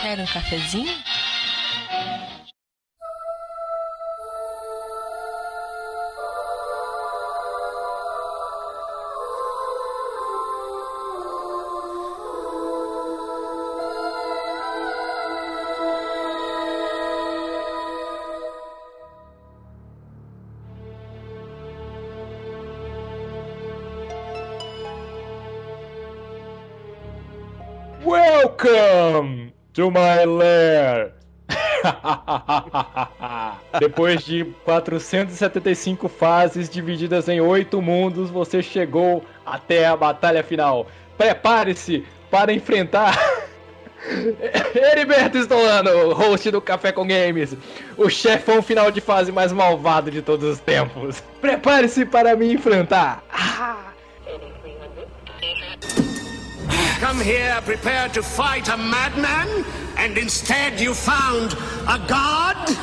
Quer um cafezinho? Welcome to my lair! Depois de 475 fases divididas em 8 mundos, você chegou até a batalha final. Prepare-se para enfrentar Heriberto Stolano, host do Café com Games, o chefão final de fase mais malvado de todos os tempos. Prepare-se para me enfrentar. Come here prepared to fight a madman, and instead you found a god?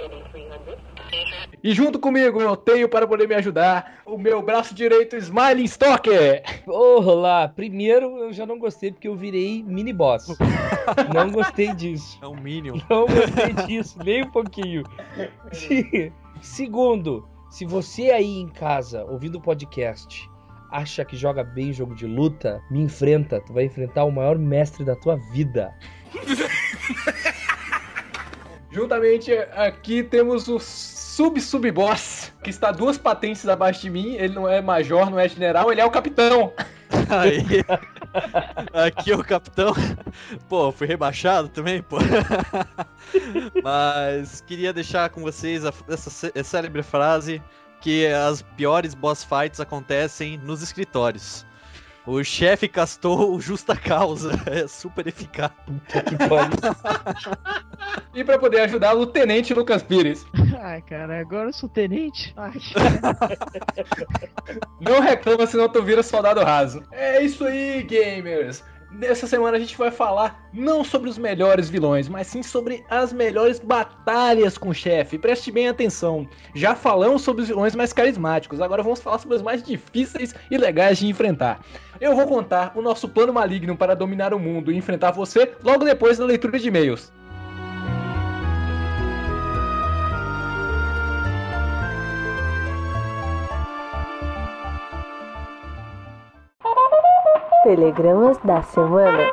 E junto comigo eu tenho, para poder me ajudar, o meu braço direito, Smiling Stalker. Olá, primeiro eu já não gostei porque eu virei mini boss. Não gostei disso. É um Minion. Não gostei disso, nem um pouquinho. Segundo, se você aí em casa, ouvindo o podcast, acha que joga bem jogo de luta, me enfrenta. Tu vai enfrentar o maior mestre da tua vida. Juntamente aqui temos o sub-boss, que está 2 patentes abaixo de mim. Ele não é major, não é general, ele é o capitão. Aí, aqui é o capitão. Pô, fui rebaixado também, pô. Mas queria deixar com vocês essa célebre frase que as piores boss fights acontecem nos escritórios. O chefe castou o justa causa. É super eficaz. E para poder ajudar, o Tenente Lucas Pires. Ai, cara, agora eu sou tenente. Ai. Não reclama, senão tu vira soldado raso. É isso aí, gamers. Nessa semana a gente vai falar não sobre os melhores vilões, mas sim sobre as melhores batalhas com o chefe. Preste bem atenção. Já falamos sobre os vilões mais carismáticos, agora vamos falar sobre os mais difíceis e legais de enfrentar. Eu vou contar o nosso plano maligno para dominar o mundo e enfrentar você logo depois da leitura de e-mails. Telegramas da semana.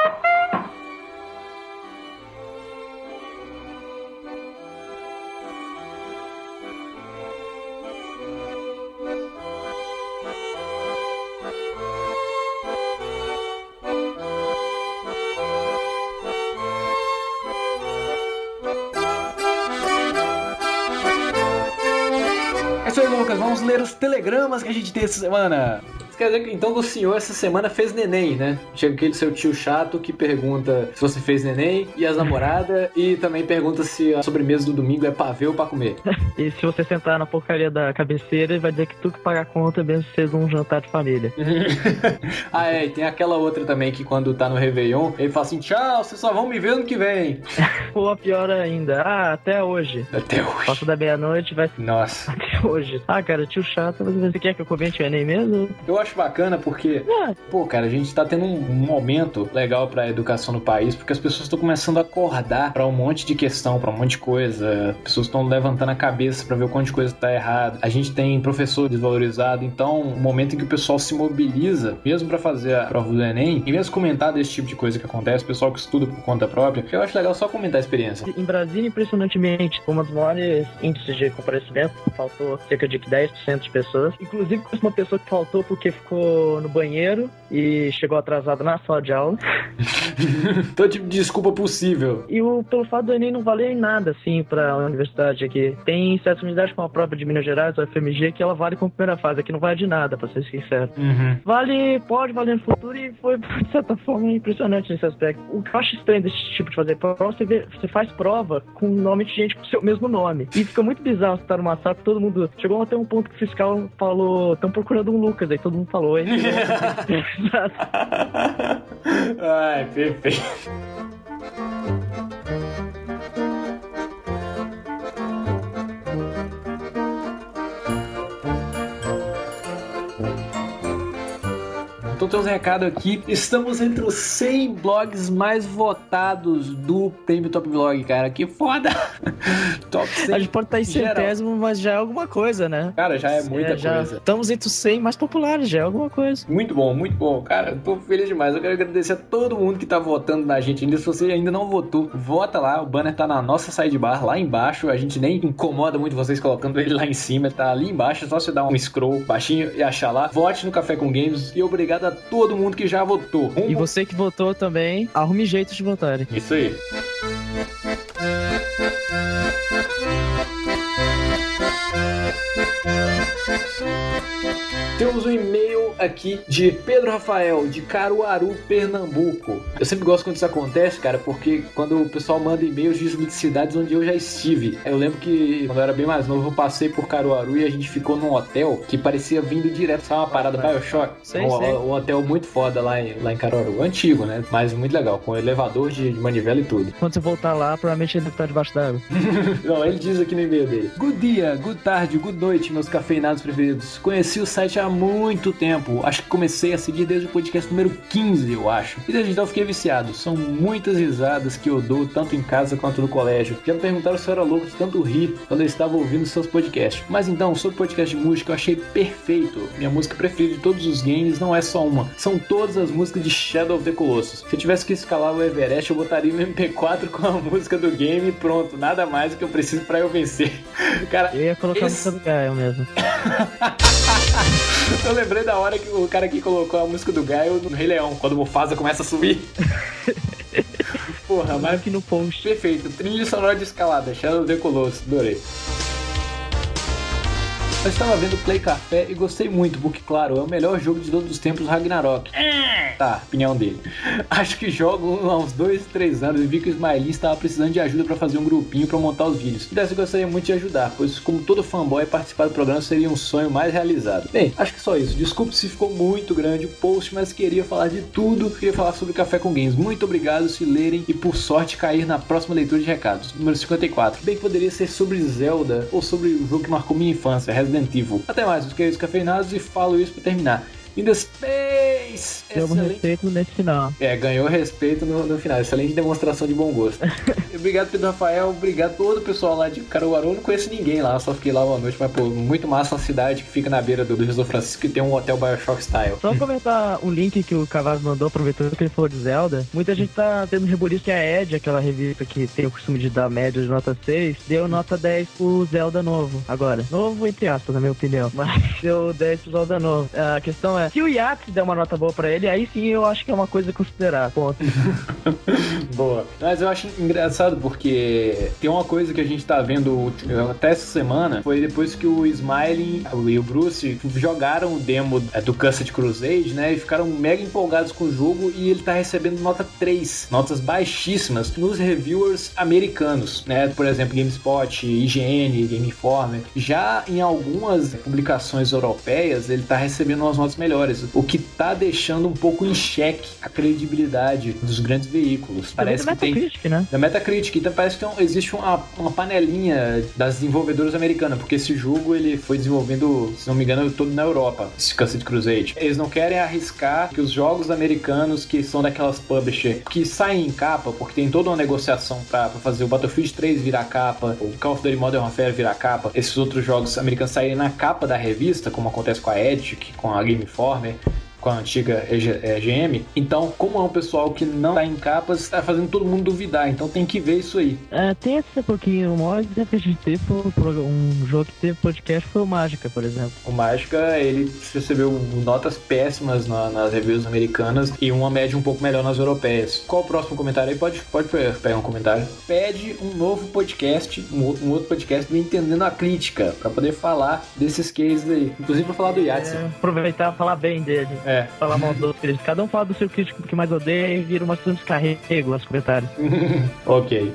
É isso aí, Lucas. Vamos ler os telegramas que a gente tem essa semana. Quer dizer que então o senhor essa semana fez neném, né? Chega aquele seu tio chato que pergunta se você fez neném e as namoradas e também pergunta se a sobremesa do domingo é pra ver ou pra comer. E se você sentar na porcaria da cabeceira, ele vai dizer que tu que paga a conta mesmo sendo um jantar de família. Ah, é, e tem aquela outra também que quando tá no Réveillon, ele fala assim, tchau, vocês só vão me ver ano que vem. Ou a pior ainda, até hoje. Até hoje. Passa da meia-noite, vai... Nossa. Até hoje. Ah, cara, tio chato, mas você quer que eu comente o Enem mesmo? Eu acho bacana porque, pô, cara, a gente tá tendo um momento legal pra educação no país, porque as pessoas estão começando a acordar pra um monte de questão, pra um monte de coisa. As pessoas estão levantando a cabeça pra ver o quanto de coisa tá errado. A gente tem professor desvalorizado, então, o momento em que o pessoal se mobiliza, mesmo pra fazer a prova do Enem, e mesmo comentar desse tipo de coisa que acontece, o pessoal que estuda por conta própria, eu acho legal só comentar a experiência. Em Brasília, impressionantemente, uma dos maiores índices de comparecimento, faltou cerca de 10% de pessoas. Inclusive, uma pessoa que faltou porque ficou no banheiro e chegou atrasado na sala de aula. Todo tipo de desculpa possível. E pelo fato do Enem não valer em nada, assim, pra universidade aqui. Tem certas unidades como a própria de Minas Gerais, a FMG, que ela vale como primeira fase. Aqui não vale de nada, pra ser sincero. Pode valer no futuro e foi, de certa forma, impressionante nesse aspecto. O que eu acho estranho desse tipo de fazer prova, você faz prova com o nome de gente com o seu mesmo nome. E fica muito bizarro você estar numa sala que todo mundo... Chegou até um ponto que o fiscal falou, estão procurando um Lucas, aí todo mundo falou, oi. Ai, perfeito. Então tem uns recados aqui. Estamos entre os 100 blogs mais votados do Prêmio Top Blog, cara. Que foda! Top 100. A gente pode estar em centésimo, mas já é alguma coisa, né? Cara, já é muita coisa. Estamos entre os 100 mais populares, já é alguma coisa. Muito bom, cara. Eu tô feliz demais. Eu quero agradecer a todo mundo que tá votando na gente ainda. Se você ainda não votou, vota lá. O banner tá na nossa sidebar, lá embaixo. A gente nem incomoda muito vocês colocando ele lá em cima. Ele tá ali embaixo. É só você dar um scroll baixinho e achar lá. Vote no Café com Games. E obrigado a todo mundo que já votou. E você que votou também, arrume jeito de votarem. Isso aí. Temos um e-mail aqui de Pedro Rafael, de Caruaru, Pernambuco. Eu sempre gosto quando isso acontece, cara, porque quando o pessoal manda e-mails de cidades onde eu já estive. Eu lembro que quando eu era bem mais novo, eu passei por Caruaru e a gente ficou num hotel que parecia vindo direto, sabe, uma parada BioShock. Um hotel muito foda lá em Caruaru. Antigo, né? Mas muito legal, com elevador de manivela e tudo. Quando você voltar lá, provavelmente ele deve estar debaixo d'água. Não, ele diz aqui no e-mail dele: Good dia, good tarde, good noite, meus cafeinados preferidos. Conheci o site há muito tempo. Acho que comecei a seguir desde o podcast número 15, eu acho. E desde então eu fiquei viciado. São muitas risadas que eu dou, tanto em casa quanto no colégio. Já me perguntaram se eu era louco de tanto rir quando eu estava ouvindo seus podcasts. Mas então, sobre podcast de música, eu achei perfeito. Minha música preferida de todos os games não é só uma. São todas as músicas de Shadow of the Colossus. Se eu tivesse que escalar o Everest, eu botaria o MP4 com a música do game e pronto. Nada mais do que eu preciso pra eu vencer. Cara, eu ia colocar a música do Gaio mesmo. Eu lembrei da hora que o cara que colocou a música do Gaio no Rei Leão, quando o Mufasa começa a subir. Porra, mas aqui no post. Perfeito, trilha sonora de escalada, Shadow of the Colossus, adorei. Eu estava vendo Play Café e gostei muito, porque, claro, é o melhor jogo de todos os tempos, Ragnarok. Tá, opinião dele. Acho que jogo há uns 2, 3 anos e vi que o Smiley estava precisando de ajuda para fazer um grupinho para montar os vídeos. E dessa eu gostaria muito de ajudar, pois como todo fanboy, participar do programa seria um sonho mais realizado. Bem, acho que só isso. Desculpe se ficou muito grande o post, mas queria falar de tudo. Queria falar sobre Café com Games. Muito obrigado se lerem e por sorte cair na próxima leitura de recados. Número 54. Bem que poderia ser sobre Zelda ou sobre o jogo que marcou minha infância, Resident Evil. Até mais, meus queridos cafeinados, e falo isso para terminar. In the Space! Deu um respeito nesse final. Ganhou respeito no final. Excelente demonstração de bom gosto. Obrigado, Pedro Rafael. Obrigado todo o pessoal lá de Caruaru. Eu não conheço ninguém lá, só fiquei lá uma noite. Mas, pô, muito massa a cidade que fica na beira do Rio São Francisco e tem um hotel BioShock Style. Só comentar um link que o Cavaz mandou, aproveitando que ele falou de Zelda. Muita gente tá tendo rebuliço que a Ed, aquela revista que tem o costume de dar média de nota 6, deu nota 10 pro Zelda novo. Agora, novo entre aspas, na minha opinião. Mas deu 10 pro Zelda novo. A questão é, se o Yates der uma nota boa pra ele, aí sim eu acho que é uma coisa a considerar. Ponto. Boa. Mas eu acho engraçado porque tem uma coisa que a gente tá vendo até essa semana, foi depois que o Smiley e o Bruce jogaram o demo do Cursed Crusade, né, e ficaram mega empolgados com o jogo, e ele tá recebendo nota 3, notas baixíssimas nos reviewers americanos, né, por exemplo, GameSpot, IGN, Game Informer. Já em algumas publicações europeias, ele tá recebendo umas notas melhores, o que tá deixando um pouco em xeque a credibilidade dos grandes veículos. Parece que tem né? Da Metacritic, então parece que existe uma panelinha das desenvolvedoras americanas, porque esse jogo ele foi desenvolvido, se não me engano, todo na Europa, esse Cursed Crusade. Eles não querem arriscar que os jogos americanos, que são daquelas publishers que saem em capa, porque tem toda uma negociação pra fazer o Battlefield 3 virar capa, o Call of Duty Modern Warfare virar capa, esses outros jogos americanos saírem na capa da revista, como acontece com a Edge, com a Game Informer, com a antiga GM. Então, como é um pessoal que não tá em capas, está fazendo todo mundo duvidar. Então tem que ver isso aí. Tem esse pouquinho. O maior exemplo que a gente teve foi um jogo que teve podcast, foi o Mágica, por exemplo. O Mágica, ele recebeu notas péssimas nas reviews americanas e uma média um pouco melhor nas europeias. Qual o próximo comentário aí? Pode pegar um comentário. Pede um novo podcast, um outro podcast do Entendendo a Crítica, pra poder falar desses cases aí. Inclusive pra falar do Yahtzee. Aproveitar e falar bem dele. Falar mal dos outros. Cada um fala do seu crítico que mais odeia e vira uma sessão de descarrego nos comentários. Ok.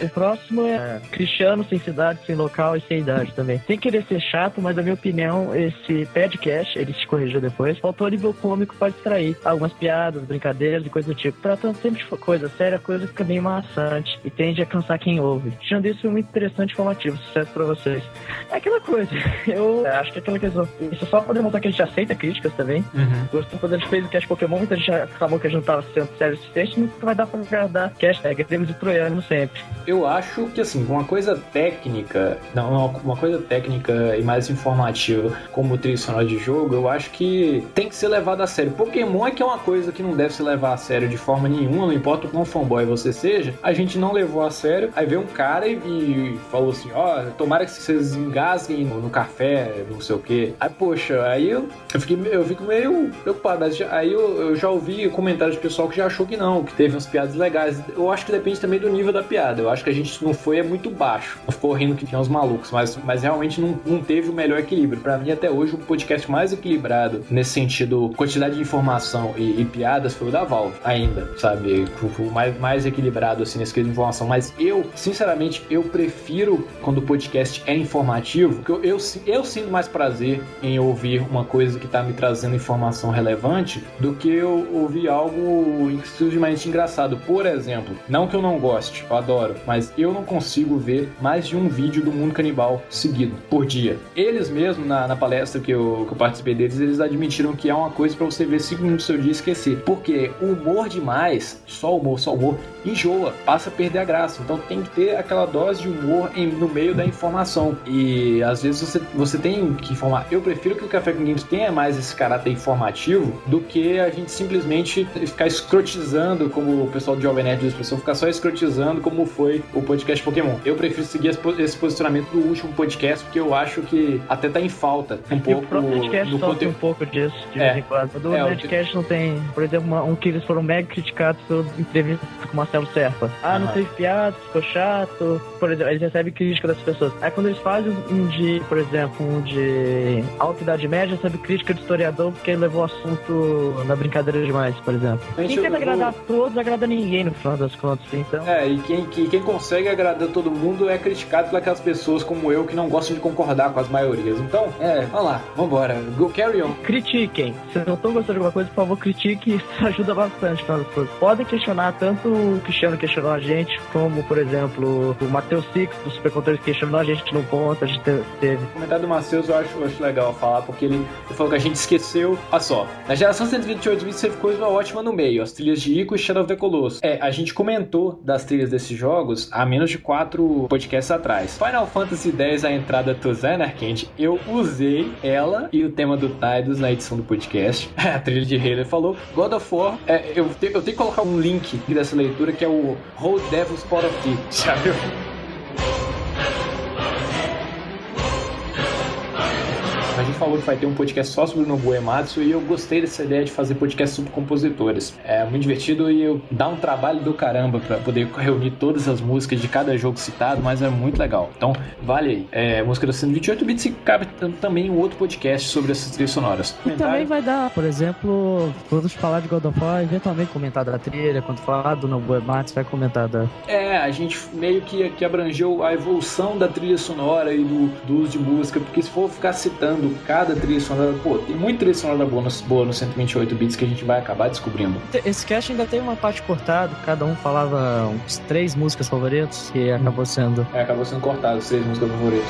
O próximo é Cristiano sem cidade, sem local e sem idade também. Sem querer ser chato, mas na minha opinião, esse podcast, ele se corrigiu depois, faltou nível cômico pra distrair. Algumas piadas, brincadeiras e coisa do tipo. Tratando sempre de coisa séria, a coisa fica bem maçante e tende a cansar quem ouve. Tirando isso, foi muito interessante e informativo. Sucesso pra vocês. É aquela coisa. Eu acho que é aquela questão. Isso é só pra demonstrar que a gente aceita críticas também. Gostou quando a gente fez o cast Pokémon, muita gente reclamou que a gente não tava sendo sério o suficiente, nunca vai dar pra agradar cast temos de troiano sempre. Eu acho que, assim, uma coisa técnica, uma coisa técnica e mais informativa como trilha sonora de jogo, eu acho que tem que ser levado a sério. Pokémon é que é uma coisa que não deve se levar a sério de forma nenhuma, não importa o quão fanboy você seja, a gente não levou a sério, aí veio um cara e falou assim, tomara que vocês engasguem no café, não sei o que. Aí, poxa, aí eu fico meio preocupado, mas aí eu já ouvi comentários de pessoal que já achou que não, que teve umas piadas legais. Eu acho que depende também do nível da piada. Eu acho que a gente não foi muito baixo. Não ficou rindo que tinha uns malucos, mas realmente não teve o melhor equilíbrio. Pra mim, até hoje, o podcast mais equilibrado nesse sentido, quantidade de informação e piadas foi o da Valve, ainda, sabe? O mais equilibrado, assim, nesse quesito de informação. Mas eu, sinceramente, eu prefiro quando o podcast é informativo, porque eu sinto mais prazer em ouvir uma coisa que tá me trazendo informação relevante do que eu ouvir algo exclusivamente engraçado. Por exemplo, não que eu não goste, eu adoro, mas eu não consigo ver mais de um vídeo do Mundo Canibal seguido, por dia. Eles mesmo, na palestra que eu participei deles, eles admitiram que é uma coisa pra você ver 5 minutos do seu dia e esquecer. Porque humor demais, só humor, enjoa, passa a perder a graça. Então tem que ter aquela dose de humor no meio da informação. E às vezes você tem que informar. Eu prefiro que o Café com Games tenha mais esse caráter informativo do que a gente simplesmente ficar escrotizando, como o pessoal do Jovem Nerd diz, ficar só escrotizando como foi o podcast Pokémon. Eu prefiro seguir esse posicionamento do último podcast, porque eu acho que até tá em falta um pouco. O próprio podcast no sofre um pouco disso, de vez em quando. Do Nerdcast não tem, por exemplo, um que eles foram mega criticados pela entrevista com o Marcelo Serpa. Não teve piada, ficou chato. Por exemplo, eles recebem crítica das pessoas. Aí quando eles fazem por exemplo, um de Alta Idade Média, recebe crítica de historiador porque ele levou o assunto na brincadeira demais, por exemplo. Quem quer agradar a todos, agrada ninguém no final das contas, então. E quem consegue agradar todo mundo é criticado por aquelas pessoas como eu que não gostam de concordar com as maiorias. Então, vamos lá, vambora. Go carry on. Critiquem. Se não estão gostando de alguma coisa, por favor, critique. Isso ajuda bastante no final das coisas. Podem questionar, tanto o Cristiano questionou a gente, como, por exemplo, o Matheus Six, do Super Controle, questionou a gente no ponto, a gente teve. O comentário do Matheus eu acho legal falar, porque ele falou que a gente esqueceu. Olha só, na geração 128 bits teve coisa ótima no meio, as trilhas de Ico e Shadow of the Colossus. A gente comentou das trilhas desses jogos há menos de 4 podcasts atrás. Final Fantasy X, a entrada to Zanarkand, eu usei ela e o tema do Tidus na edição do podcast. A trilha de Halo falou. God of War, eu tenho que colocar um link dessa leitura que é o Whole Devil's Pot of Tea, sabe? A gente falou que vai ter um podcast só sobre o Nobuo Uematsu e eu gostei dessa ideia de fazer podcast sobre compositores. É muito divertido e dá um trabalho do caramba pra poder reunir todas as músicas de cada jogo citado, mas é muito legal. Então, vale aí. Música da 128 bits e cabe também um outro podcast sobre essas trilhas sonoras. E também vai dar, por exemplo, quando falar de God of War, eventualmente comentar da trilha, quando falar do Nobuo Uematsu, vai comentar da... A gente meio que abrangeu a evolução da trilha sonora e do uso de música, porque se for ficar citando cada trilha sonora, tem muita trilha sonora boa no 128 bits que a gente vai acabar descobrindo. Esse cast ainda tem uma parte cortada, cada um falava uns 3 músicas favoritas, que acabou sendo... acabou sendo cortado, as 3 músicas favoritas.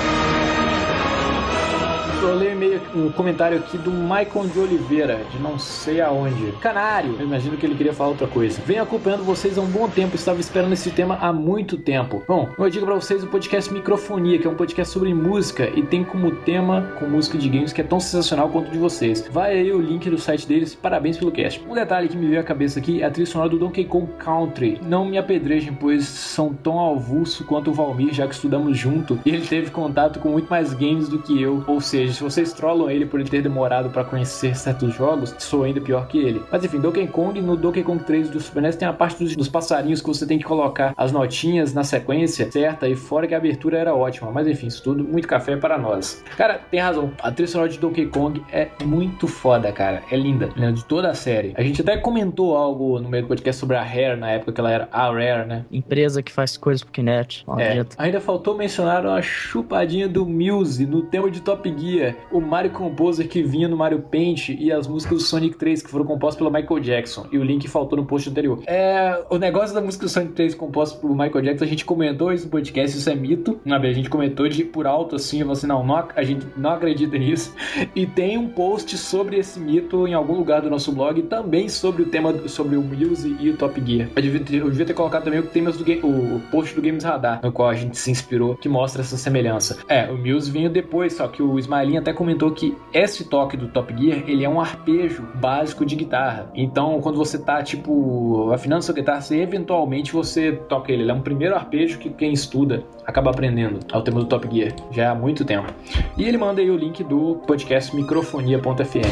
Eu leio um comentário aqui do Maicon de Oliveira, de não sei aonde. Canário! Eu imagino que ele queria falar outra coisa. Venho acompanhando vocês há um bom tempo, estava esperando esse tema há muito tempo. Bom, eu digo pra vocês o podcast Microfonia, que é um podcast sobre música e tem como tema com música de games que é tão sensacional quanto o de vocês. Vai aí o link do site deles, parabéns pelo cast. Um detalhe que me veio à cabeça aqui é a trilha sonora do Donkey Kong Country. Não me apedrejem, pois são tão avulso quanto o Valmir, já que estudamos junto e ele teve contato com muito mais games do que eu, ou seja, se vocês trollam ele por ele ter demorado pra conhecer certos jogos, sou ainda pior que ele. Mas enfim, Donkey Kong, no Donkey Kong 3 do Super NES tem a parte dos passarinhos que você tem que colocar as notinhas na sequência certa, e fora que a abertura era ótima. Mas enfim, isso tudo, muito café para nós. Cara, tem razão, a trilha sonora de Donkey Kong é muito foda, cara. É linda, de toda a série. A gente até comentou algo no meio do podcast sobre a Rare, na época que ela era a Rare, né? Empresa que faz coisas pro Kinect. Ainda faltou mencionar uma chupadinha do Muse no tema de Top Gear, o Mario Composer que vinha no Mario Paint e as músicas do Sonic 3 que foram compostas pelo Michael Jackson, e o link faltou no post anterior. O negócio da música do Sonic 3 composta pelo Michael Jackson, a gente comentou isso no podcast, isso é mito. A gente comentou por alto assim, você a gente não acredita nisso. E tem um post sobre esse mito em algum lugar do nosso blog, também sobre o tema, sobre o Muse e o Top Gear. Eu devia ter colocado também o post do Games Radar, no qual a gente se inspirou, que mostra essa semelhança. O Muse veio depois, só que o Smilinho até comentou que esse toque do Top Gear, ele é um arpejo básico de guitarra. Então, quando você tá, afinando sua guitarra, eventualmente você toca ele. Ele é um primeiro arpejo que quem estuda acaba aprendendo ao tema do Top Gear, já há muito tempo. E ele manda aí o link do podcast microfonia.fm.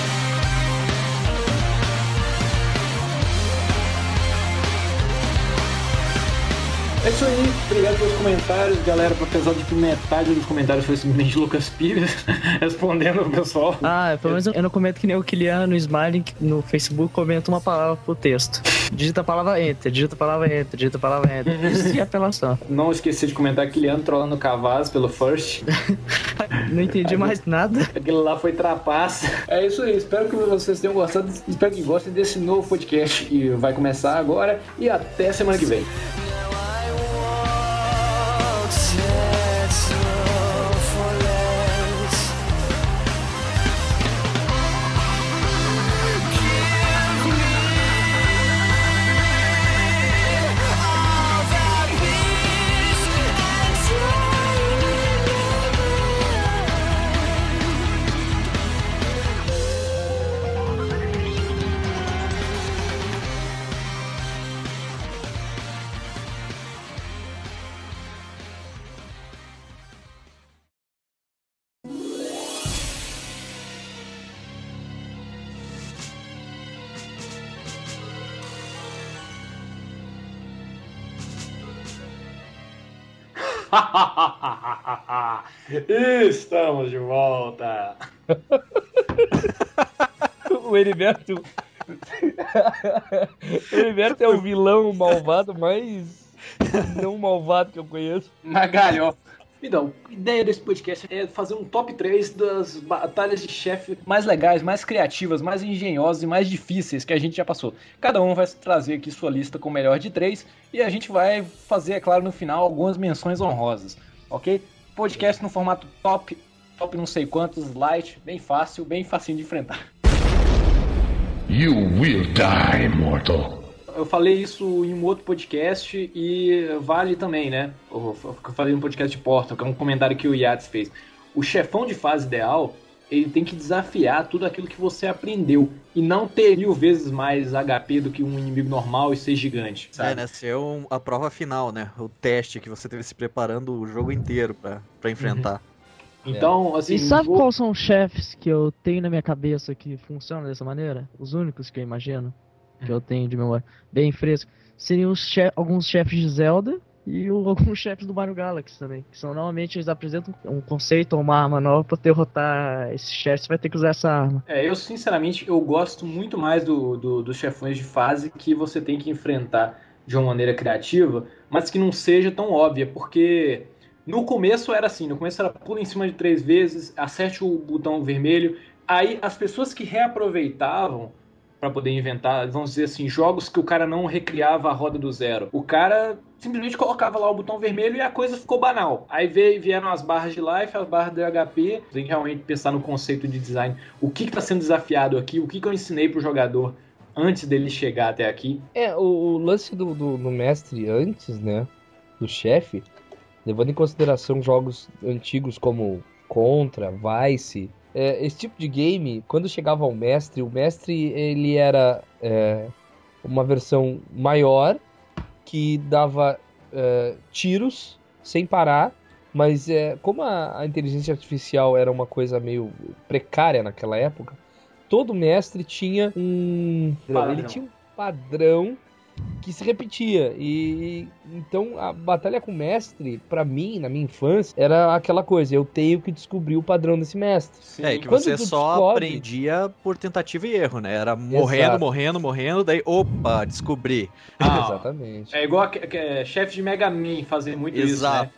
É isso aí, obrigado pelos comentários, galera. Apesar de que metade dos comentários foi simplesmente Lucas Pires respondendo o pessoal. Pelo menos eu não comento que nem o Kilian no Smiling, no Facebook comenta uma palavra pro texto. Digita a palavra Enter, digita a palavra Enter, digita a palavra Enter. Isso é apelação. Não esqueci de comentar Kilian trollando o Cavaz pelo First. Não entendi mais nada. Aquilo lá foi trapaça. É isso aí, espero que vocês tenham gostado. Espero que gostem desse novo podcast que vai começar agora. E até semana que vem. Estamos de volta. O Heriberto é o vilão malvado mais não malvado que eu conheço. Magalhó. Então, a ideia desse podcast é fazer um top 3 das batalhas de chefe mais legais, mais criativas, mais engenhosas e mais difíceis que a gente já passou. Cada um vai trazer aqui sua lista com o melhor de 3 e a gente vai fazer, é claro, no final algumas menções honrosas, ok? Podcast no formato top não sei quantos, light, bem fácil, bem facinho de enfrentar. You will die, mortal. Eu falei isso em um outro podcast e vale também, né? Eu falei no podcast de Portal, que é um comentário que o Yates fez. O chefão de fase ideal, ele tem que desafiar tudo aquilo que você aprendeu e não ter 1000 vezes mais HP do que um inimigo normal e ser gigante, sabe? Né? Ser a prova final, né? O teste que você teve se preparando o jogo inteiro pra enfrentar. Então, assim... E sabe quais são os chefes que eu tenho na minha cabeça que funcionam dessa maneira? Os únicos que eu imagino, que eu tenho de memória bem fresco, seriam alguns chefes de Zelda e alguns chefes do Mario Galaxy também. Que são, normalmente, eles apresentam um conceito ou uma arma nova pra derrotar esses chefes, você vai ter que usar essa arma. Eu, sinceramente, eu gosto muito mais dos chefões de fase que você tem que enfrentar de uma maneira criativa, mas que não seja tão óbvia, porque... No começo era assim, no começo era pula em cima de 3 vezes, acerte o botão vermelho. Aí as pessoas que reaproveitavam para poder inventar, vamos dizer assim, jogos que o cara não recriava a roda do zero. O cara simplesmente colocava lá o botão vermelho e a coisa ficou banal. Aí vieram as barras de life, as barras de HP. Tem que realmente pensar no conceito de design. O que está sendo desafiado aqui? O que eu ensinei pro jogador antes dele chegar até aqui? O lance do mestre antes, né, do chefe... Levando em consideração jogos antigos como Contra, Vice, esse tipo de game, quando chegava ao mestre, o mestre ele era uma versão maior que dava tiros sem parar Mas como a inteligência artificial era uma coisa meio precária naquela época, todo mestre tinha ele tinha um padrão que se repetia. E então a batalha com o mestre, pra mim, na minha infância, era aquela coisa, eu tenho que descobrir o padrão desse mestre. Sim. E que você só aprendia por tentativa e erro, né? Era morrendo, daí, opa, descobri. Exatamente. É igual chefe de Mega Man fazer muito isso, né?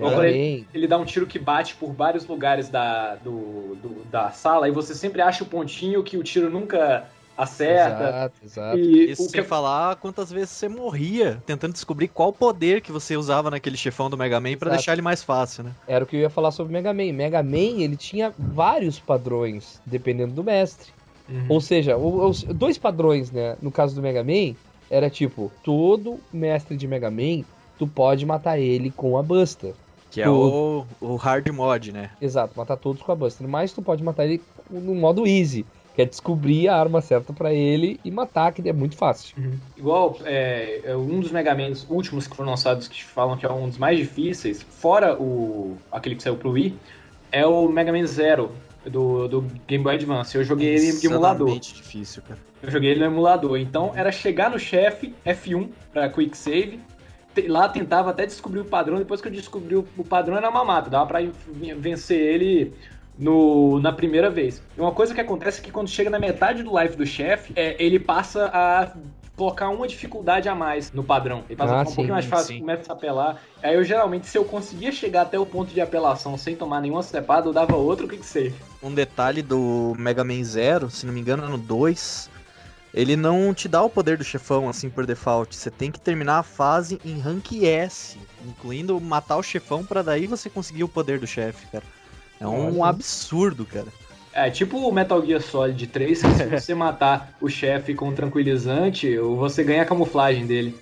Ele dá um tiro que bate por vários lugares da sala e você sempre acha o pontinho que o tiro nunca acerta. Exato. E isso sem falar quantas vezes você morria tentando descobrir qual poder que você usava naquele chefão do Mega Man pra deixar ele mais fácil, né? Era o que eu ia falar sobre o Mega Man. Mega Man, ele tinha vários padrões, dependendo do mestre. Ou seja, os 2 padrões, né? No caso do Mega Man, era tipo, todo mestre de Mega Man, tu pode matar ele com a Buster. Que é o hard mod, né? Exato, matar todos com a Buster. Mas tu pode matar ele no modo easy, que é descobrir a arma certa pra ele e matar, que é muito fácil. Igual, um dos Mega Man últimos que foram lançados, que falam que é um dos mais difíceis, fora aquele que saiu pro Wii, é o Mega Man Zero, do Game Boy Advance. Eu joguei ele de emulador. É extremamente difícil, cara. Eu joguei ele no emulador. Então, era chegar no chefe, F1, pra Quick Save. Lá tentava até descobrir o padrão. Depois que eu descobri o padrão, era mamata. Dava pra vencer ele na primeira vez. E uma coisa que acontece é que quando chega na metade do life do chefe, ele passa a colocar uma dificuldade a mais no padrão. Ele passa a ficar um pouquinho mais fácil, começa a apelar. Aí eu geralmente, se eu conseguia chegar até o ponto de apelação sem tomar nenhuma cepada, eu dava outro quick save. Um detalhe do Mega Man Zero, se não me engano, no 2, ele não te dá o poder do chefão assim por default. Você tem que terminar a fase em rank S, incluindo matar o chefão pra daí você conseguir o poder do chefe, cara. É um absurdo, cara. É tipo o Metal Gear Solid 3, que se você matar o chefe com um tranquilizante, você ganha a camuflagem dele.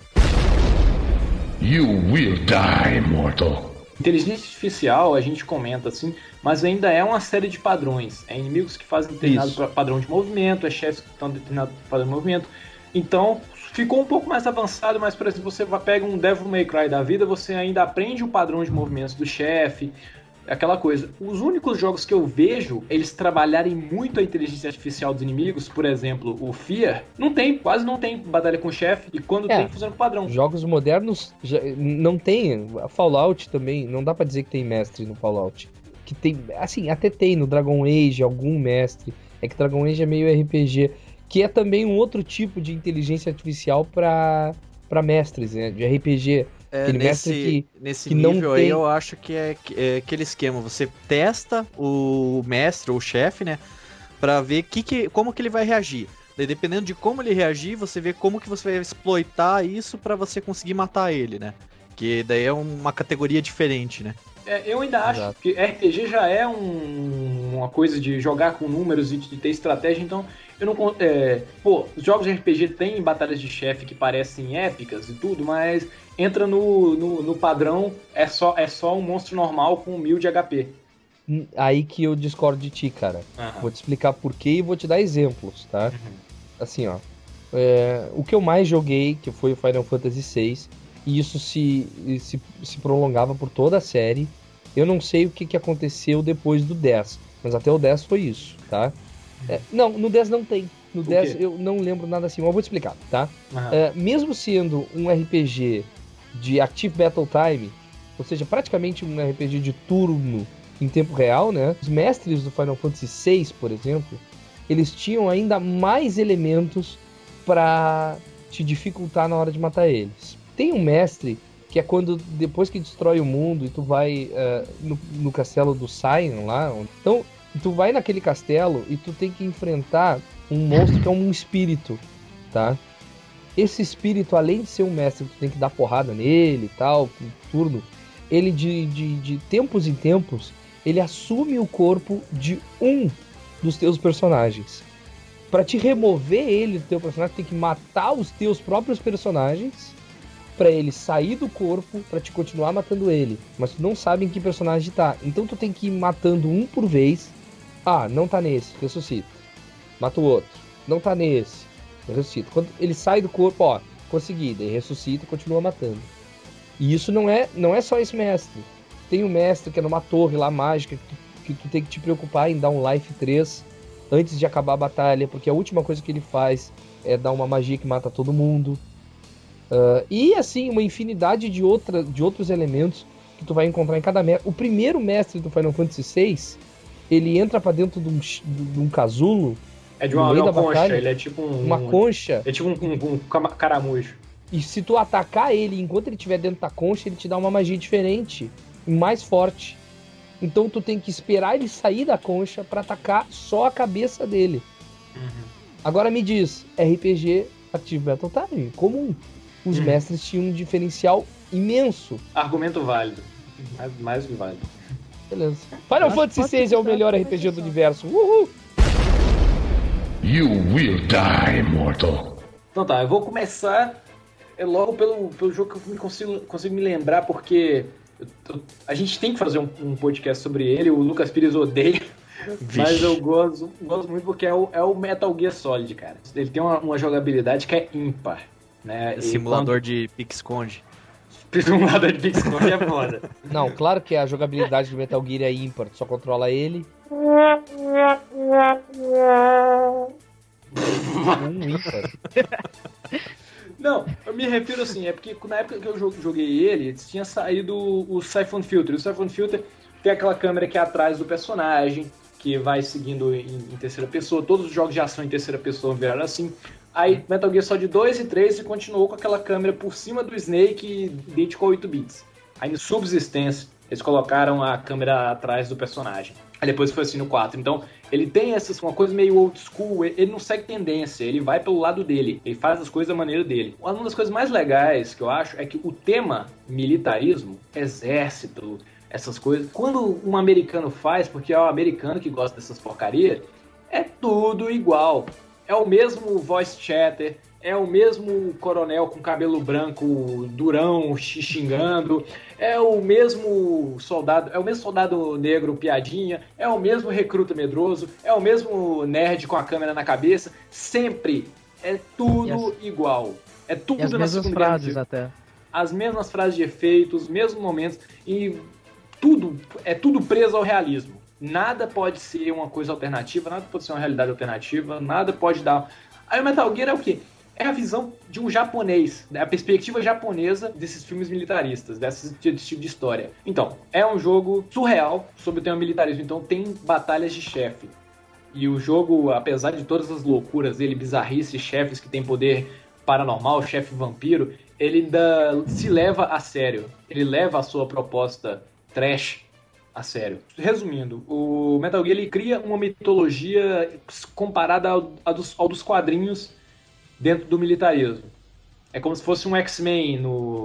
You will die, mortal. Inteligência artificial, a gente comenta assim, mas ainda é uma série de padrões. É inimigos que fazem determinado padrão de movimento, é chefes que estão determinado padrão de movimento. Então, ficou um pouco mais avançado, mas por exemplo, você pega um Devil May Cry da vida, você ainda aprende o padrão de movimentos do chefe, aquela coisa. Os únicos jogos que eu vejo eles trabalharem muito a inteligência artificial dos inimigos, por exemplo, o Fear, quase não tem batalha com o chefe, e quando tem, funciona com padrão. Jogos modernos não tem. Fallout também, não dá pra dizer que tem mestre no Fallout. Que tem, assim, até tem no Dragon Age algum mestre. É que Dragon Age é meio RPG, que é também um outro tipo de inteligência artificial pra mestres, né, de RPG. Nesse nível aí eu acho que é aquele esquema, você testa o mestre ou o chefe, né, pra ver como que ele vai reagir. Daí, dependendo de como ele reagir, você vê como que você vai exploitar isso pra você conseguir matar ele, né, que daí é uma categoria diferente, né. Eu ainda acho que RPG já é uma coisa de jogar com números e de ter estratégia, então eu não... os jogos de RPG têm batalhas de chefe que parecem épicas e tudo, mas entra no padrão, é só um monstro normal com 1000 de HP. Aí que eu discordo de ti, cara. Vou te explicar por quê e vou te dar exemplos, tá? Assim, ó. O que eu mais joguei, que foi o Final Fantasy VI, e isso se prolongava por toda a série. Eu não sei o que aconteceu depois do 10, mas até o 10 foi isso, tá? Não, no 10 não tem. No 10 eu não lembro nada assim, mas eu vou te explicar, tá? Mesmo sendo um RPG de Active Battle Time, ou seja, praticamente um RPG de turno em tempo real, né? Os mestres do Final Fantasy VI, por exemplo, eles tinham ainda mais elementos pra te dificultar na hora de matar eles. Tem um mestre que é quando, depois que destrói o mundo e tu vai no castelo do Sion lá, então tu vai naquele castelo e tu tem que enfrentar um monstro que é um espírito, tá? Esse espírito, além de ser um mestre, tu tem que dar porrada nele e tal, por turno, ele de tempos em tempos, ele assume o corpo de um dos teus personagens. Pra te remover ele do teu personagem, tu tem que matar os teus próprios personagens pra ele sair do corpo, pra te continuar matando ele. Mas tu não sabe em que personagem tá. Então tu tem que ir matando um por vez. Não tá nesse, ressuscita. Mata o outro. Não tá nesse, ressuscita. Quando ele sai do corpo, consegui. Daí ressuscita e continua matando. E isso não é só esse mestre. tem o mestre que é numa torre lá mágica, que tu tem que te preocupar em dar um life 3 antes de acabar a batalha, porque a última coisa que ele faz é dar uma magia que mata todo mundo. E assim, uma infinidade de outros elementos que tu vai encontrar em cada mestre. O primeiro mestre do Final Fantasy VI, ele entra pra dentro de um casulo. É de uma concha, batalha, ele é tipo uma concha. É tipo um caramujo. E se tu atacar ele enquanto ele estiver dentro da concha, ele te dá uma magia diferente e mais forte. Então tu tem que esperar ele sair da concha pra atacar só a cabeça dele. Agora me diz, RPG Active Battle Time, comum. Os mestres tinham um diferencial imenso. Argumento válido. Mais que válido. Beleza. Final Fantasy VI é o melhor RPG do universo. Uhul! You will die, mortal. Então tá, eu vou começar logo pelo jogo que eu consigo me lembrar, porque a gente tem que fazer um podcast sobre ele, o Lucas Pires odeia, mas eu gosto muito porque é o Metal Gear Solid, cara. Ele tem uma jogabilidade que é ímpar, né? Simulador de pique-esconde. Simulador de pique-esconde é foda. Não, claro que a jogabilidade do Metal Gear é ímpar, tu só controla ele. Não, eu me refiro assim, é porque na época que eu joguei ele, tinha saído o Siphon Filter. O Siphon Filter tem aquela câmera que é atrás do personagem, que vai seguindo em terceira pessoa. Todos os jogos de ação em terceira pessoa viraram assim. Aí Metal Gear Solid 2 e 3 e continuou com aquela câmera por cima do Snake, idêntico a 8 bits. Aí no Subsistence eles colocaram a câmera atrás do personagem. Aí depois foi assim no 4. Então ele tem uma coisa meio old school, ele não segue tendência, ele vai pelo lado dele, ele faz as coisas da maneira dele. Uma das coisas mais legais que eu acho é que o tema militarismo, exército, essas coisas, quando um americano faz, porque é o americano que gosta dessas porcarias, é tudo igual. É o mesmo voice chatter, é o mesmo coronel com cabelo branco durão xingando, é o mesmo soldado negro piadinha, é o mesmo recruta medroso, é o mesmo nerd com a câmera na cabeça, sempre é tudo igual. É tudo e as mesmas frases até. As mesmas frases de efeito, os mesmos momentos e tudo preso ao realismo. Nada pode ser uma coisa alternativa, nada pode ser uma realidade alternativa, nada pode dar... Aí o Metal Gear é o quê? É a visão de um japonês, a perspectiva japonesa desses filmes militaristas, desse tipo de história. Então, é um jogo surreal sobre o tema militarismo, então tem batalhas de chefe. E o jogo, apesar de todas as loucuras dele, bizarrices, chefes que tem poder paranormal, chefe vampiro, ele ainda se leva a sério. Ele leva a sua proposta trash a sério. Resumindo, o Metal Gear ele cria uma mitologia comparada ao dos quadrinhos dentro do militarismo. É como se fosse um X-Men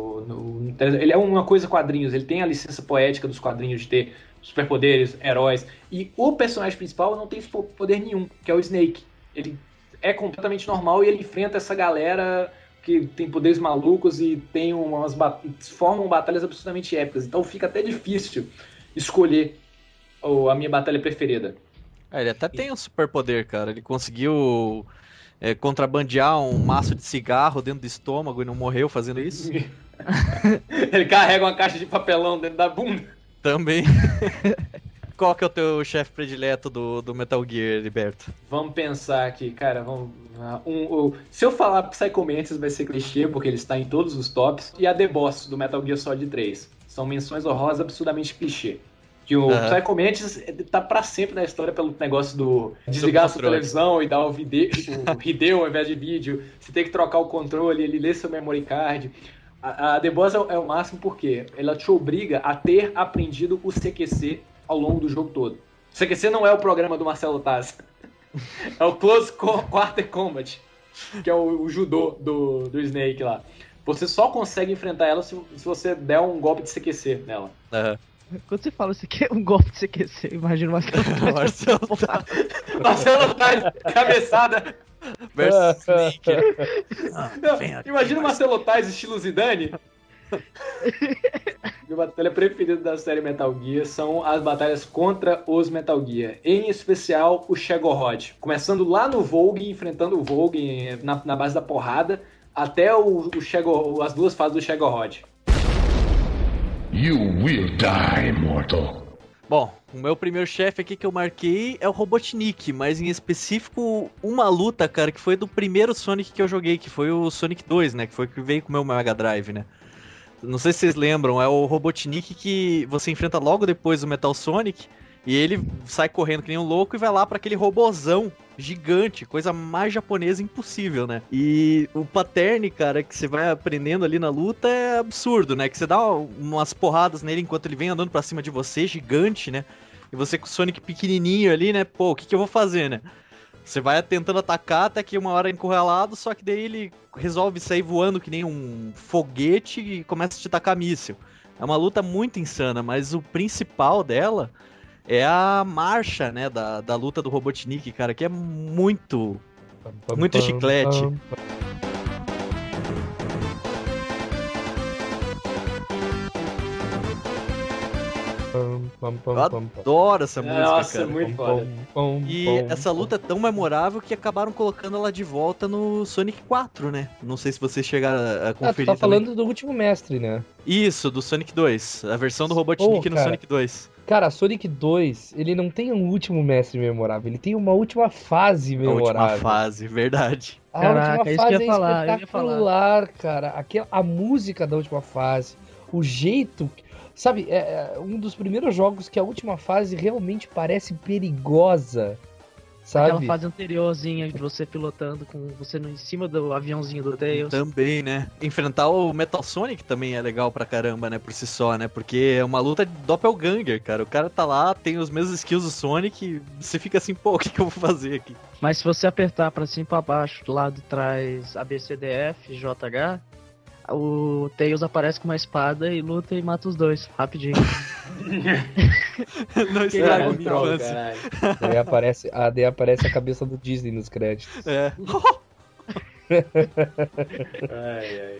ele é uma coisa quadrinhos, ele tem a licença poética dos quadrinhos de ter superpoderes, heróis, e o personagem principal não tem poder nenhum, que é o Snake. Ele é completamente normal e ele enfrenta essa galera que tem poderes malucos e tem formam batalhas absolutamente épicas. Então fica até difícil escolher a minha batalha preferida. Ele até tem um superpoder, cara. Ele conseguiu contrabandear um maço de cigarro dentro do estômago e não morreu fazendo isso. Ele carrega uma caixa de papelão dentro da bunda. Também. Qual que é o teu chefe predileto do Metal Gear, Liberto? Vamos pensar aqui, cara. Se eu falar Psycho Mantis vai ser clichê, porque ele está em todos os tops. E a The Boss, do Metal Gear Solid 3. São menções honrosas absurdamente clichê. Que o Psycho Mantis tá pra sempre na história pelo negócio do desligar a sua televisão e dar o vídeo ao invés de vídeo. Você tem que trocar o controle, ele lê seu memory card. A The Boss é o máximo porque ela te obriga a ter aprendido o CQC ao longo do jogo todo. O CQC não é o programa do Marcelo Taz. É o Close Quarter Combat, que é o judô do Snake lá. Você só consegue enfrentar ela se você der um golpe de CQC nela. Quando você fala isso aqui é um golpe de CQC, imagina Marcelo Taz, cabeçada versus Snake. Imagina o Marcelo Taz estilo Zidane. Minha batalha preferida da série Metal Gear são as batalhas contra os Metal Gear, em especial o Shegorod. Começando lá no Volgin, enfrentando o Volgin na base da porrada, até as duas fases do Shegorod. You will die, mortal. Bom, o meu primeiro chefe aqui que eu marquei é o Robotnik, mas em específico uma luta, cara, que foi do primeiro Sonic que eu joguei, que foi o Sonic 2, né? Que foi o que veio com o meu Mega Drive, né? Não sei se vocês lembram, é o Robotnik que você enfrenta logo depois do Metal Sonic e ele sai correndo que nem um louco e vai lá pra aquele robozão gigante, coisa mais japonesa impossível, né? E o pattern, cara, que você vai aprendendo ali na luta é absurdo, né? Que você dá umas porradas nele enquanto ele vem andando pra cima de você, gigante, né? E você com o Sonic pequenininho ali, né? Pô, o que eu vou fazer, né? Você vai tentando atacar até que uma hora é encurralado, só que daí ele resolve sair voando que nem um foguete e começa a te tacar míssil. É uma luta muito insana, mas o principal dela é a marcha, né, da luta do Robotnik, cara, que é muito chiclete. Eu adoro essa música, nossa, cara. muito foda. E essa luta é tão memorável que acabaram colocando ela de volta no Sonic 4, né? Não sei se vocês chegaram a conferir. Tu tá falando do Último Mestre, né? Isso, do Sonic 2. A versão do Robotnik no Sonic 2. Cara, Sonic 2, ele não tem um último mestre memorável, ele tem uma última fase memorável. A última fase, verdade. A última fase eu ia falar, espetacular, cara. A música da última fase, o jeito... Sabe, é um dos primeiros jogos que a última fase realmente parece perigosa, sabe? Aquela fase anteriorzinha de você pilotando com você em cima do aviãozinho do Tails. Também, né? Enfrentar o Metal Sonic também é legal pra caramba, né? Por si só, né? Porque é uma luta de doppelganger, cara. O cara tá lá, tem os mesmos skills do Sonic e você fica assim, pô, o que eu vou fazer aqui? Mas se você apertar pra cima e pra baixo, do lado de trás ABCDF, JH... o Tails aparece com uma espada e luta e mata os dois, rapidinho. Não estraga minha infância. Daí aparece a cabeça do Disney nos créditos. É. Ai.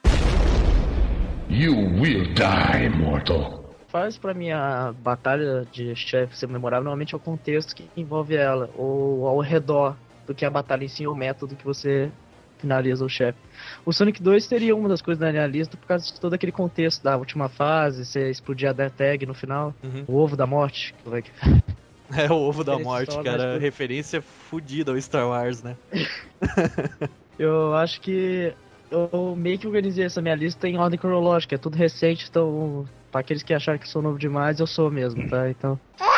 You will die, mortal. Faz pra mim a batalha de chefe ser memorável, normalmente é o contexto que envolve ela, ou ao redor do que a batalha em si, o método que você finaliza o chefe. O Sonic 2 teria uma das coisas da minha lista por causa de todo aquele contexto da última fase, você explodir a Death Tag no final, o ovo da morte. É o ovo da morte, cara. Referência fodida ao Star Wars, né? Eu acho que eu meio que organizei essa minha lista em ordem cronológica, é tudo recente, então pra aqueles que acharam que sou novo demais, eu sou mesmo, tá? Então...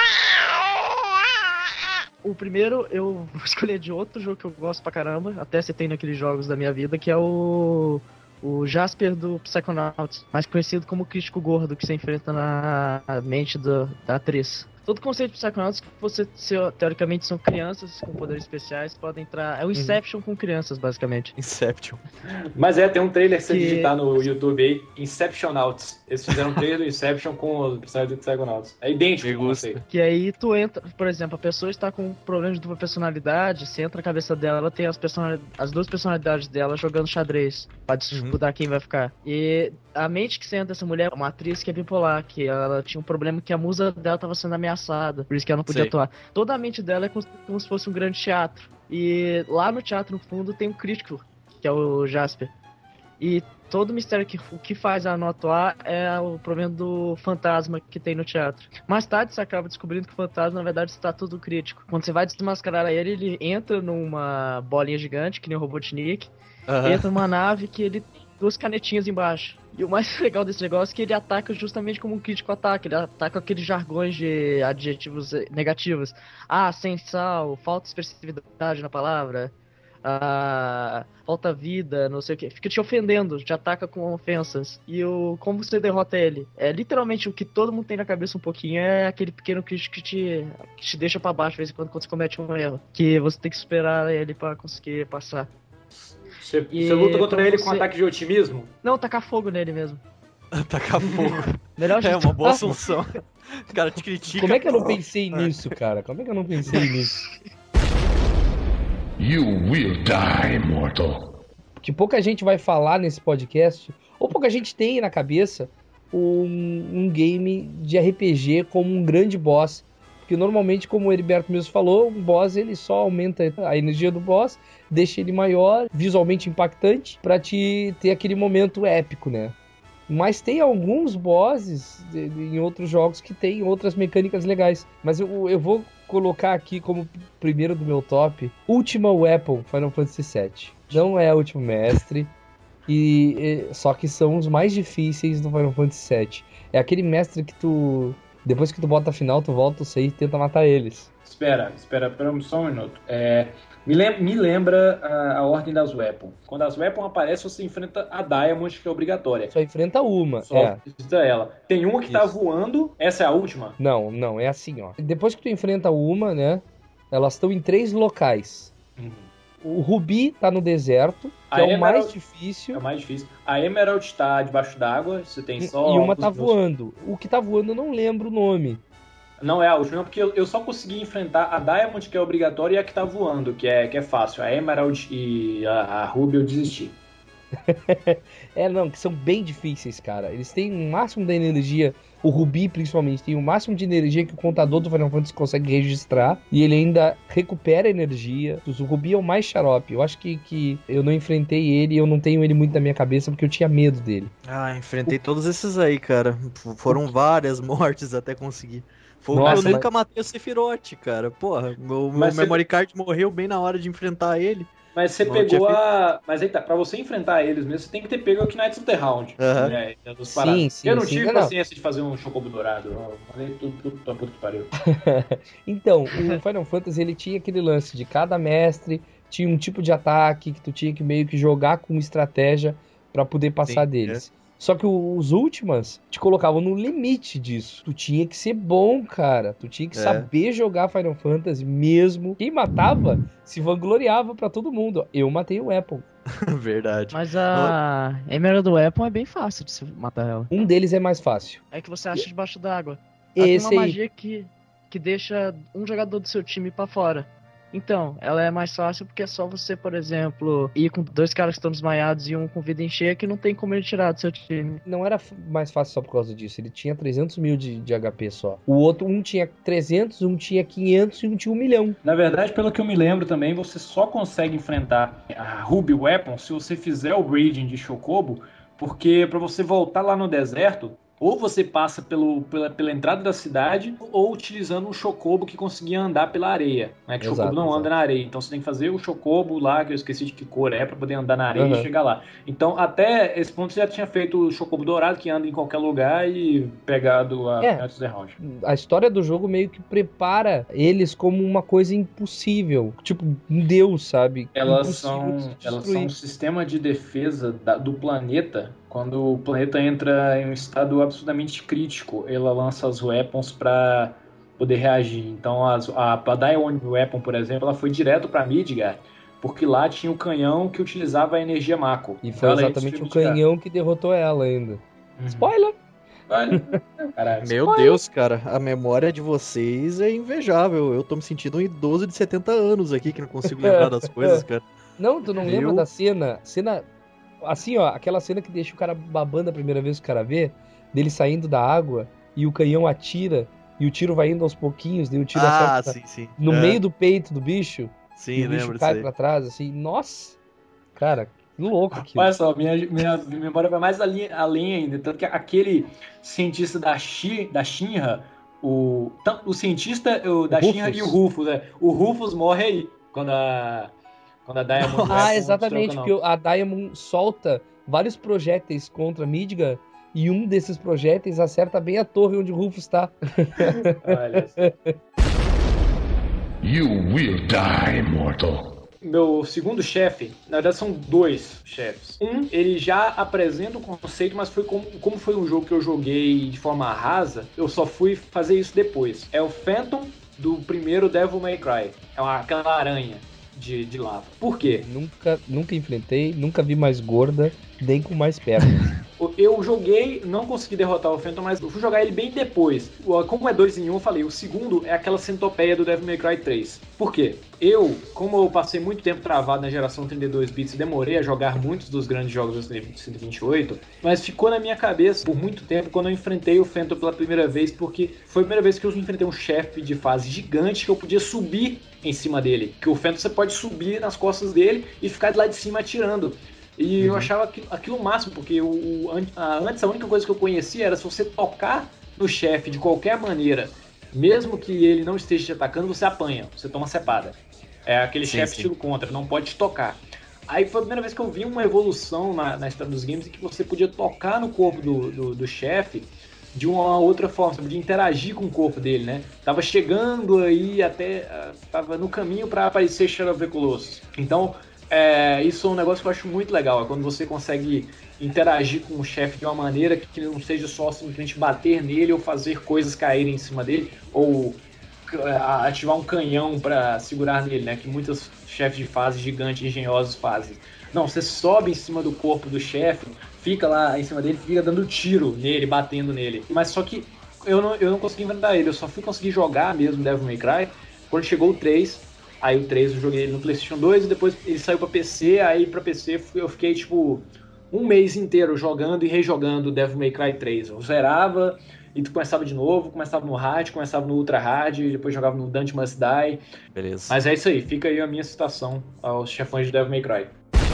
O primeiro eu vou escolher de outro jogo que eu gosto pra caramba, até citei naqueles jogos da minha vida, que é o Jasper do Psychonauts, mais conhecido como o crítico gordo que você enfrenta na mente da atriz. Todo conceito de Psychonauts que você, teoricamente, são crianças com poderes especiais, podem entrar... É o Inception com crianças, basicamente. Inception. Mas tem um trailer que você digitar no YouTube aí, Inceptionauts. Eles fizeram um trailer do Inception com o personagem do Psychonauts. É idêntico com você. Que aí tu entra... Por exemplo, a pessoa está com um problema de dupla personalidade, você entra na cabeça dela, ela tem as duas personalidades dela jogando xadrez, pra disputar quem vai ficar. E a mente que você entra dessa mulher é uma atriz que é bipolar, que ela tinha um problema que a musa dela estava sendo ameaçada. Por isso que ela não podia atuar. Toda a mente dela é como se fosse um grande teatro. E lá no teatro, no fundo, tem um crítico, que é o Jasper. E todo o mistério o que faz ela não atuar é o problema do fantasma que tem no teatro. Mais tarde você acaba descobrindo que o fantasma, na verdade, está tudo crítico. Quando você vai desmascarar ele entra numa bolinha gigante, que nem o Robotnik. Entra numa nave que ele tem 2 canetinhas embaixo. E o mais legal desse negócio é que ele ataca justamente como um crítico ataca. Ele ataca aqueles jargões de adjetivos negativos. Sem sal, falta expressividade na palavra, falta vida, não sei o que. Fica te ofendendo, te ataca com ofensas. E como você derrota ele? É literalmente o que todo mundo tem na cabeça um pouquinho, é aquele pequeno crítico que te deixa pra baixo de vez em quando você comete um erro. Que você tem que superar ele pra conseguir passar. Você luta contra ele com um ataque de otimismo? Não, tacar fogo nele mesmo. Tacar fogo. Melhor jeito. É uma boa solução. O cara te critica. Como é que eu não pensei nisso, cara? Como é que eu não pensei nisso? You will die, mortal. Que pouca gente vai falar nesse podcast, ou pouca gente tem na cabeça um game de RPG como um grande boss. Porque normalmente, como o Heriberto mesmo falou, um boss ele só aumenta a energia do boss, deixa ele maior, visualmente impactante, pra te ter aquele momento épico, né? Mas tem alguns bosses em outros jogos que tem outras mecânicas legais. Mas eu vou colocar aqui como primeiro do meu top Ultima Weapon Final Fantasy VII. Não é Último Mestre, só que são os mais difíceis do Final Fantasy VII. É aquele mestre que depois que tu bota a final, tu volta o save e tenta matar eles. Espera só um minuto. Me lembra a ordem das Weapon. Quando as Weapon aparecem, você enfrenta a Diamond, que é obrigatória. Só enfrenta uma. Só enfrenta ela. Tem uma que tá voando, essa é a última? Não, é assim, ó. Depois que tu enfrenta uma, né, elas estão em 3 locais. O Rubi tá no deserto, que é o mais difícil. É o mais difícil. A Emerald tá debaixo d'água, você tem só... E uma tá voando. O que tá voando eu não lembro o nome. Não é a última, porque eu só consegui enfrentar a Diamond, que é obrigatória, e a que tá voando, que é fácil. A Emerald e a Ruby eu desisti. Que são bem difíceis, cara. Eles têm o máximo da energia. O Rubi, principalmente, tem o máximo de energia que o contador do Final Fantasy consegue registrar. E ele ainda recupera energia. O Rubi é o mais xarope. Eu acho que eu não enfrentei ele e eu não tenho ele muito na minha cabeça porque eu tinha medo dele. Enfrentei todos esses aí, cara. Foram várias mortes até conseguir. Nossa, eu nunca matei o Sephiroth, cara. Porra, meu memory card morreu bem na hora de enfrentar ele. Mas você pegou Mas aí tá, pra você enfrentar eles mesmo, você tem que ter pego o Knights of the Round. Né? Sim, eu não tive paciência de fazer um Chocobo dourado. Eu falei tudo pra puta que pariu. Então, o Final Fantasy, ele tinha aquele lance de cada mestre, tinha um tipo de ataque que tu tinha que meio que jogar com estratégia pra poder passar deles. Só que os Ultimas te colocavam no limite disso. Tu tinha que ser bom, cara. Tu tinha que saber jogar Final Fantasy mesmo. Quem matava se vangloriava pra todo mundo. Eu matei o Weapon. Verdade. Mas a Emerald Weapon é bem fácil de se matar ela. Um deles é mais fácil. É que você acha debaixo d'água. Ela tem uma magia que deixa um jogador do seu time pra fora. Então, ela é mais fácil porque é só você, por exemplo, ir com 2 caras que estão desmaiados e um com vida em cheia que não tem como ele tirar do seu time. Não era mais fácil só por causa disso. Ele tinha 300 mil de HP só. O outro, um tinha 300, um tinha 500 e um tinha 1 milhão. Na verdade, pelo que eu me lembro também, você só consegue enfrentar a Ruby Weapon se você fizer o breeding de Chocobo, porque pra você voltar lá no deserto, ou você passa pela entrada da cidade, ou utilizando um Chocobo que conseguia andar pela areia, né? Que o Chocobo não anda na areia. Então você tem que fazer o Chocobo lá, que eu esqueci de que cor é, pra poder andar na areia e chegar lá. Então até esse ponto você já tinha feito o Chocobo dourado, que anda em qualquer lugar, e pegado a Knights of the Round. A história do jogo meio que prepara eles como uma coisa impossível. Tipo, um deus, sabe? Elas são um sistema de defesa do planeta. Quando o planeta entra em um estado absolutamente crítico, ela lança as weapons para poder reagir. Então a Diamond Weapon, por exemplo, ela foi direto para Midgard, porque lá tinha o canhão que utilizava a energia Mako. E foi exatamente o canhão que derrotou ela ainda. Spoiler! Caralho, meu Deus, cara, a memória de vocês é invejável. Eu tô me sentindo um idoso de 70 anos aqui que não consigo lembrar das coisas, cara. Não, tu não lembra da cena... Assim, ó, aquela cena que deixa o cara babando a primeira vez que o cara vê, dele saindo da água e o canhão atira e o tiro vai indo aos pouquinhos, daí o tiro acerta no meio do peito do bicho. Sim, e o bicho cai pra trás, assim. Nossa! Cara, que louco aquilo. Olha só, minha memória vai mais além ainda. Tanto que aquele cientista da Shinra, o cientista da Shinra e o Rufus, né? O Rufus morre aí, quando a Diamond... exatamente, porque a Diamond solta vários projéteis contra Midgard e um desses projéteis acerta bem a torre onde o Rufus está. Olha só. You will die, mortal. Meu segundo chefe, na verdade são 2 chefes. Ele já apresenta o conceito, mas foi como foi um jogo que eu joguei de forma rasa, eu só fui fazer isso depois. É o Phantom do primeiro Devil May Cry. É aquela aranha de lava. Por quê? Nunca enfrentei, nunca vi mais gorda, nem com mais pernas. Eu joguei, não consegui derrotar o Phantom, mas eu fui jogar ele bem depois. Como é 2 em 1, eu falei, o segundo é aquela centopeia do Devil May Cry 3. Por quê? Como eu passei muito tempo travado na geração 32 bits e demorei a jogar muitos dos grandes jogos do 128, mas ficou na minha cabeça por muito tempo quando eu enfrentei o Phantom pela primeira vez, porque foi a primeira vez que eu enfrentei um chefe de fase gigante que eu podia subir em cima dele. Que o Phantom você pode subir nas costas dele e ficar de lá de cima atirando. E eu achava aquilo o máximo, porque antes a única coisa que eu conhecia era se você tocar no chefe de qualquer maneira, mesmo que ele não esteja te atacando, você apanha, você toma cepada. É aquele chefe estilo Contra, não pode te tocar. Aí foi a primeira vez que eu vi uma evolução na história dos games em que você podia tocar no corpo do chefe de uma outra forma, você podia interagir com o corpo dele, né? Tava chegando aí tava no caminho para aparecer Shadow of the Colossus. Então, isso é um negócio que eu acho muito legal, é quando você consegue interagir com o chefe de uma maneira que não seja só simplesmente bater nele ou fazer coisas caírem em cima dele, ou ativar um canhão para segurar nele, né? Que muitos chefes de fase gigantes engenhosos fazem. Não, você sobe em cima do corpo do chefe, fica lá em cima dele, fica dando tiro nele, batendo nele. Mas só que eu não consegui enfrentar ele, eu só fui conseguir jogar mesmo Devil May Cry quando chegou o 3. Aí o 3 eu joguei ele no PlayStation 2 e depois ele saiu pra PC, aí pra PC eu fiquei tipo um mês inteiro jogando e rejogando Devil May Cry 3. Eu zerava e tu começava de novo, começava no hard, começava no ultra hard, depois jogava no Dante Must Die. Beleza. Mas é isso aí, fica aí a minha citação aos chefões de Devil May Cry.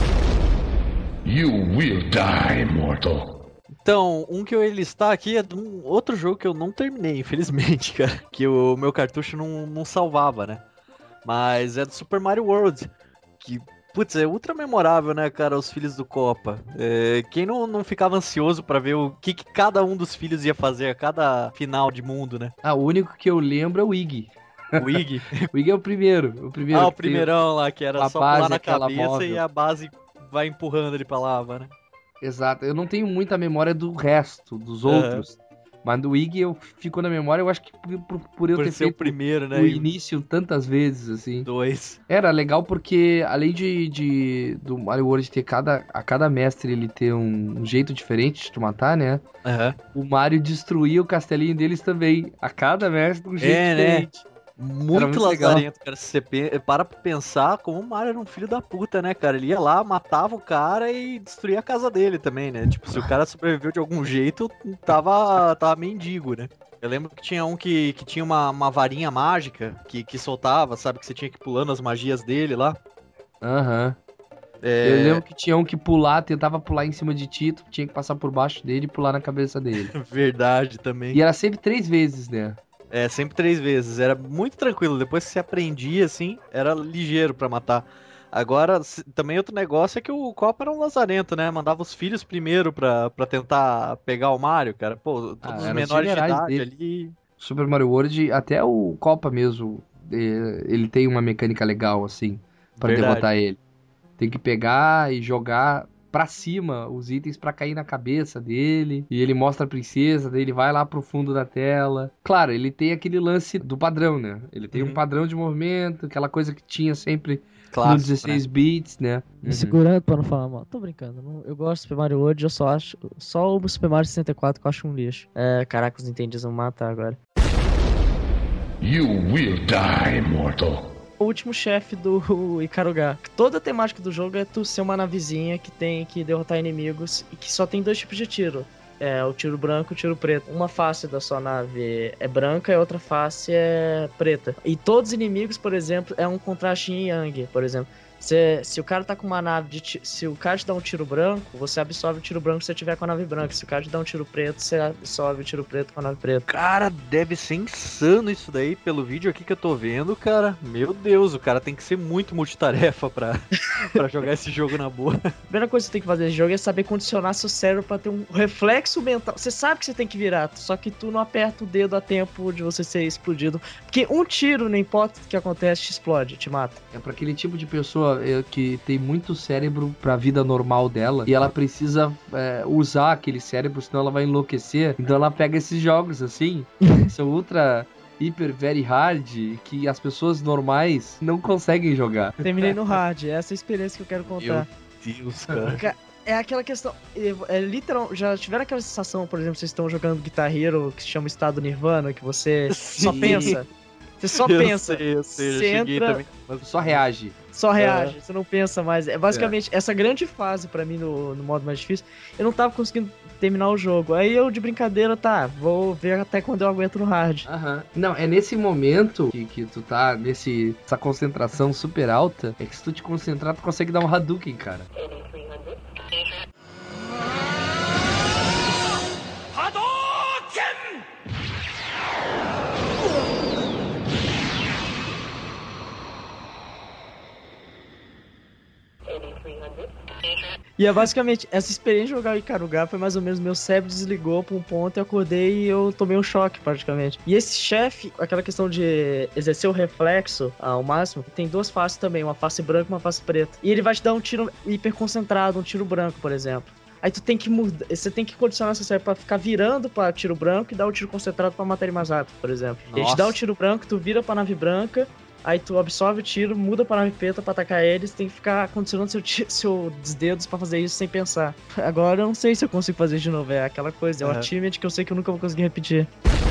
You will die, mortal. Então, um que eu ia listar aqui é de um outro jogo que eu não terminei, infelizmente, cara. Que o meu cartucho não salvava, né? Mas é do Super Mario World. Que, putz, é ultra memorável, né, cara? Os filhos do Copa. Quem não ficava ansioso pra ver o que cada um dos filhos ia fazer a cada final de mundo, né? O único que eu lembro é o Iggy. O Iggy? O Iggy é o primeiro. O primeirão lá, que era só pular na cabeça móvel. E a base vai empurrando ele pra lava, né? Exato. Eu não tenho muita memória do resto, dos outros. Mas do Iggy eu fico na memória, eu acho que por eu ter ser feito o primeiro, né? O início tantas vezes, assim. 2. Era legal porque, além do Mario World ter a cada mestre ele ter um jeito diferente de te matar, né? O Mario destruía o castelinho deles também. A cada mestre um jeito diferente. Né? Muito lazarento, cara. Se você para pra pensar, como o Mario era um filho da puta, né, cara? Ele ia lá, matava o cara e destruía a casa dele também, né? Tipo, se o cara sobreviveu de algum jeito, tava mendigo, né? Eu lembro que tinha um que tinha uma varinha mágica que soltava, sabe? Que você tinha que ir pulando as magias dele lá. Eu lembro que tinha um que tentava pular em cima de Tito, tinha que passar por baixo dele e pular na cabeça dele. Verdade, também. E era sempre 3 vezes, né? Sempre 3 vezes. Era muito tranquilo. Depois que você aprendia, assim, era ligeiro pra matar. Agora, também outro negócio é que o Copa era um lazarento, né? Mandava os filhos primeiro pra tentar pegar o Mario, cara. Pô, todos os menores de idade dele. Ali... Super Mario World, até o Copa mesmo, ele tem uma mecânica legal, assim, pra derrotar ele. Tem que pegar e jogar pra cima os itens pra cair na cabeça dele, e ele mostra a princesa, daí ele vai lá pro fundo da tela. Claro, ele tem aquele lance do padrão, né? Ele tem um padrão de movimento, aquela coisa que tinha sempre no 16 bits, né? Me segurando pra não falar mal. Tô brincando, eu gosto do Super Mario World, eu só o Super Mario 64 que eu acho um lixo. Caraca, os Nintendis vão matar agora. You will die, mortal. O último chefe do Ikaruga. Toda a temática do jogo é tu ser uma navezinha que tem que derrotar inimigos e que só tem 2 tipos de tiro. O tiro branco e o tiro preto. Uma face da sua nave é branca e a outra face é preta. E todos os inimigos, por exemplo, é um contraste yin yang, por exemplo. Se o cara tá com uma nave se o cara te dá um tiro branco, você absorve o tiro branco se você tiver com a nave branca. Se o cara te dá um tiro preto, você absorve o tiro preto com a nave preta. Cara, deve ser insano isso daí pelo vídeo aqui que eu tô vendo, cara. Meu Deus, o cara tem que ser muito multitarefa pra jogar esse jogo na boa. A primeira coisa que você tem que fazer nesse jogo é saber condicionar seu cérebro pra ter um reflexo mental. Você sabe que você tem que virar, só que tu não aperta o dedo a tempo de você ser explodido. Porque um tiro, não importa o que acontece, te explode, te mata. É pra aquele tipo de pessoa que tem muito cérebro pra vida normal dela e ela precisa usar aquele cérebro, senão ela vai enlouquecer. Então ela pega esses jogos assim, que são ultra, hiper, very hard, que as pessoas normais não conseguem jogar. Terminei no hard, essa é a experiência que eu quero contar. Meu Deus, cara. É aquela questão, literal, já tiveram aquela sensação, por exemplo, vocês estão jogando Guitar Hero, que se chama Estado Nirvana, que você só pensa. Você só pensa. Eu sei, você entra, também. Só reage. Só reage, você não pensa mais. É basicamente essa grande fase pra mim no modo mais difícil. Eu não tava conseguindo terminar o jogo. Aí eu, de brincadeira, vou ver até quando eu aguento no hard. Não, é nesse momento que tu tá essa concentração super alta, é que se tu te concentrar, tu consegue dar um Hadouken, cara. E é basicamente, essa experiência de jogar o Ikaruga foi mais ou menos, meu cérebro desligou pra um ponto, eu acordei e eu tomei um choque praticamente. E esse chefe, aquela questão de exercer o reflexo ao máximo, tem duas faces também, uma face branca e uma face preta. E ele vai te dar um tiro hiper concentrado, um tiro branco, por exemplo. Aí tu tem que mudar, você tem que condicionar seu cérebro pra ficar virando pra tiro branco e dar um tiro concentrado pra matar ele mais rápido, por exemplo. Nossa. Ele te dá um tiro branco, tu vira pra nave branca, aí tu absorve o tiro, muda pra nave preta pra atacar eles, tem que ficar condicionando seus dedos pra fazer isso sem pensar. Agora eu não sei se eu consigo fazer isso de novo, é aquela coisa, é o achievement que eu sei que eu nunca vou conseguir repetir.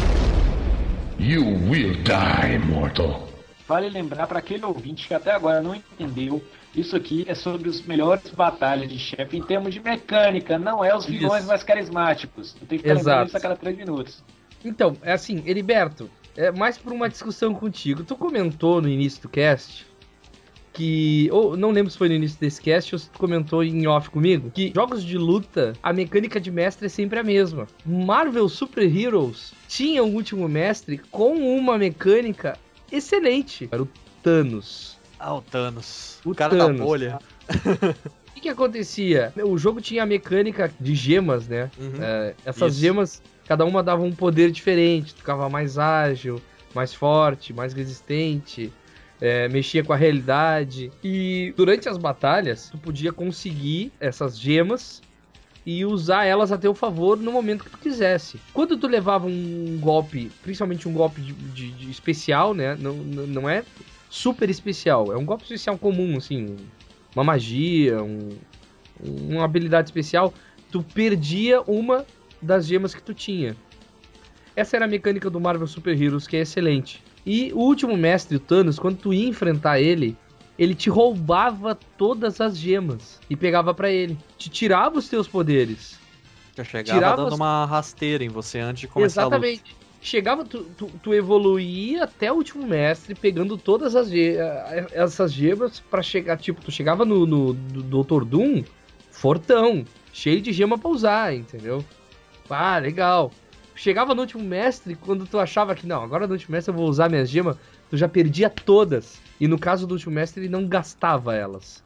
You will die, mortal. Vale lembrar para aquele ouvinte que até agora não entendeu, isso aqui é sobre os melhores batalhas de chefe em termos de mecânica, não é os vilões mais carismáticos. Eu tenho que ficar lembrando isso a cada 3 minutos. Então, é assim, Heriberto, é mais por uma discussão contigo. Tu comentou no início do cast que, ou não lembro se foi no início desse cast ou se tu comentou em off comigo, que jogos de luta, a mecânica de mestre é sempre a mesma. Marvel Super Heroes tinha um último mestre com uma mecânica excelente. Era o Thanos. Ah, o Thanos. O cara Thanos. da bolha. O que acontecia? O jogo tinha a mecânica de gemas, né? Uhum. Essas gemas, cada uma dava um poder diferente. Tu ficava mais ágil, mais forte, mais resistente. Mexia com a realidade. E durante as batalhas, tu podia conseguir essas gemas e usar elas a teu favor no momento que tu quisesse. Quando tu levava um golpe, principalmente um golpe de especial, né? Não é super especial, é um golpe especial comum, assim, uma magia, uma habilidade especial, tu perdia uma das gemas que tu tinha. Essa era a mecânica do Marvel Super Heroes, que é excelente. E o último mestre, o Thanos, quando tu ia enfrentar ele te roubava todas as gemas e pegava pra ele. Te tirava os teus poderes. Já chegava dando uma rasteira em você antes de começar a luta. Exatamente. Chegava, tu evoluía até o último mestre, pegando todas essas gemas pra chegar, tipo, tu chegava no Dr. Doom, fortão, cheio de gema pra usar, entendeu? Ah, legal. Chegava no último mestre, quando tu achava que, não, agora no último mestre eu vou usar minhas gemas, tu já perdia todas. E no caso do último mestre, ele não gastava elas.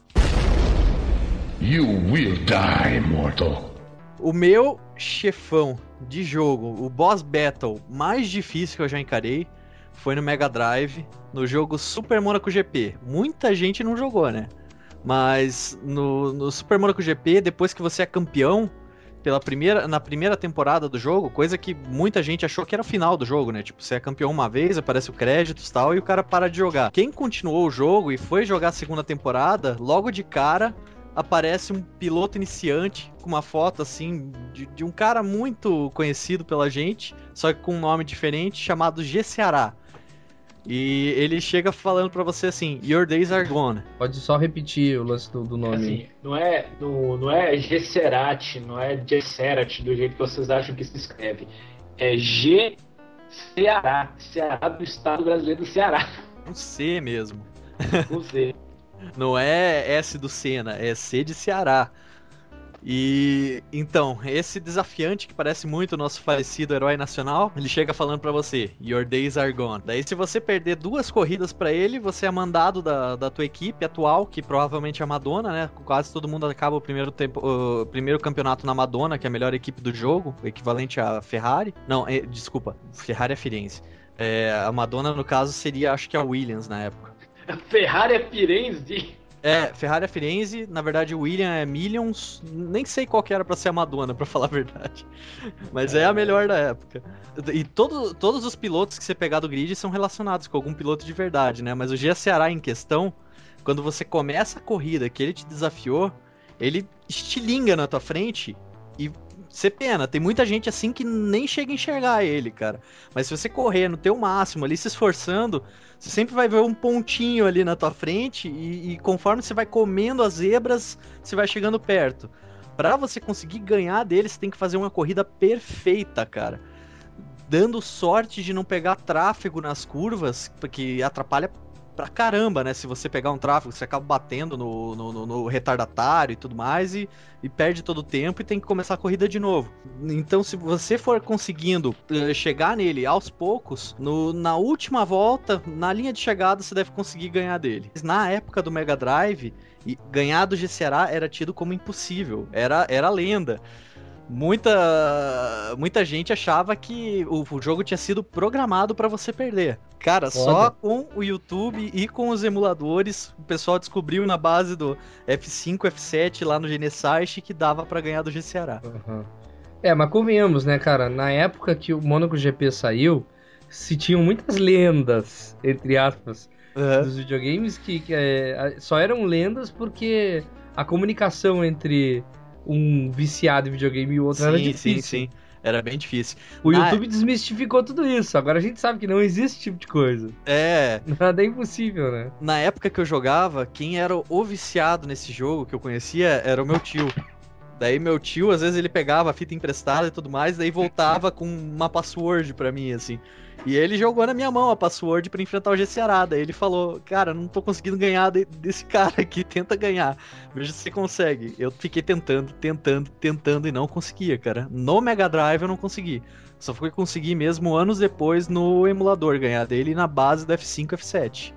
You will die, mortal. O meu chefão de jogo, o boss battle mais difícil que eu já encarei, foi no Mega Drive, no jogo Super Monaco GP. Muita gente não jogou, né? Mas no Super Monaco GP, depois que você é campeão, na primeira temporada do jogo, coisa que muita gente achou que era o final do jogo, né? Tipo, você é campeão uma vez, aparece o créditos e tal, e o cara para de jogar. Quem continuou o jogo e foi jogar a segunda temporada, logo de cara aparece um piloto iniciante com uma foto, assim, de um cara muito conhecido pela gente, só que com um nome diferente, chamado G. Ceará. E ele chega falando pra você assim, Your days are gone. Pode só repetir o lance do nome. Assim, não é Gesserat, não é Gesserat do jeito que vocês acham que se escreve. É G. Ceará. Ceará do estado brasileiro do Ceará. Um C mesmo. Um C. Não é S do Senna, é C de Ceará. E então, esse desafiante que parece muito o nosso falecido herói nacional, ele chega falando pra você, Your days are gone. Daí se você perder 2 corridas pra ele, você é mandado da tua equipe atual, que provavelmente é a Madonna, né? Quase todo mundo acaba o primeiro campeonato na Madonna, que é a melhor equipe do jogo, o equivalente à Ferrari. Não, desculpa, Ferrari é Firenze. A Madonna, no caso, seria, acho que a Williams na época. Ferrari é Firenze? Ferrari é Firenze, na verdade o William é Millions, nem sei qual que era pra ser a Madonna, pra falar a verdade. Mas é a melhor da época. E todos os pilotos que você pegar do grid são relacionados com algum piloto de verdade, né? Mas o Gia Ceará em questão, quando você começa a corrida que ele te desafiou, ele estilinga na tua frente e você pena. Tem muita gente assim que nem chega a enxergar ele, cara. Mas se você correr no teu máximo ali, se esforçando, você sempre vai ver um pontinho ali na tua frente e conforme você vai comendo as zebras, você vai chegando perto. Pra você conseguir ganhar dele, você tem que fazer uma corrida perfeita, cara. Dando sorte de não pegar tráfego nas curvas, porque atrapalha pra caramba, né? Se você pegar um tráfego, você acaba batendo no retardatário e tudo mais, e perde todo o tempo e tem que começar a corrida de novo. Então, se você for conseguindo chegar nele aos poucos, na última volta, na linha de chegada, você deve conseguir ganhar dele. Na época do Mega Drive, ganhar do GCRA era tido como impossível, era lenda. Muita gente achava que o jogo tinha sido programado pra você perder. Cara, só com o YouTube e com os emuladores, o pessoal descobriu na base do F5, F7 lá no Genesite que dava pra ganhar do GCRA. Uhum. Mas convenhamos, né, cara? Na época que o Monaco GP saiu, se tinham muitas lendas, entre aspas, dos videogames que só eram lendas porque a comunicação entre um viciado em videogame e o outro era difícil. Sim. Era bem difícil. O YouTube desmistificou tudo isso. Agora a gente sabe que não existe esse tipo de coisa. Nada é impossível, né? Na época que eu jogava, quem era o viciado nesse jogo que eu conhecia era o meu tio. Daí meu tio, às vezes ele pegava a fita emprestada e tudo mais, daí voltava com uma password pra mim, assim. E ele jogou na minha mão a password pra enfrentar o GCRA. Daí ele falou, cara, não tô conseguindo ganhar desse cara aqui, tenta ganhar. Veja se você consegue. Eu fiquei tentando e não conseguia, cara. No Mega Drive eu não consegui. Só fui conseguir mesmo anos depois no emulador ganhar dele na base do F5 F7.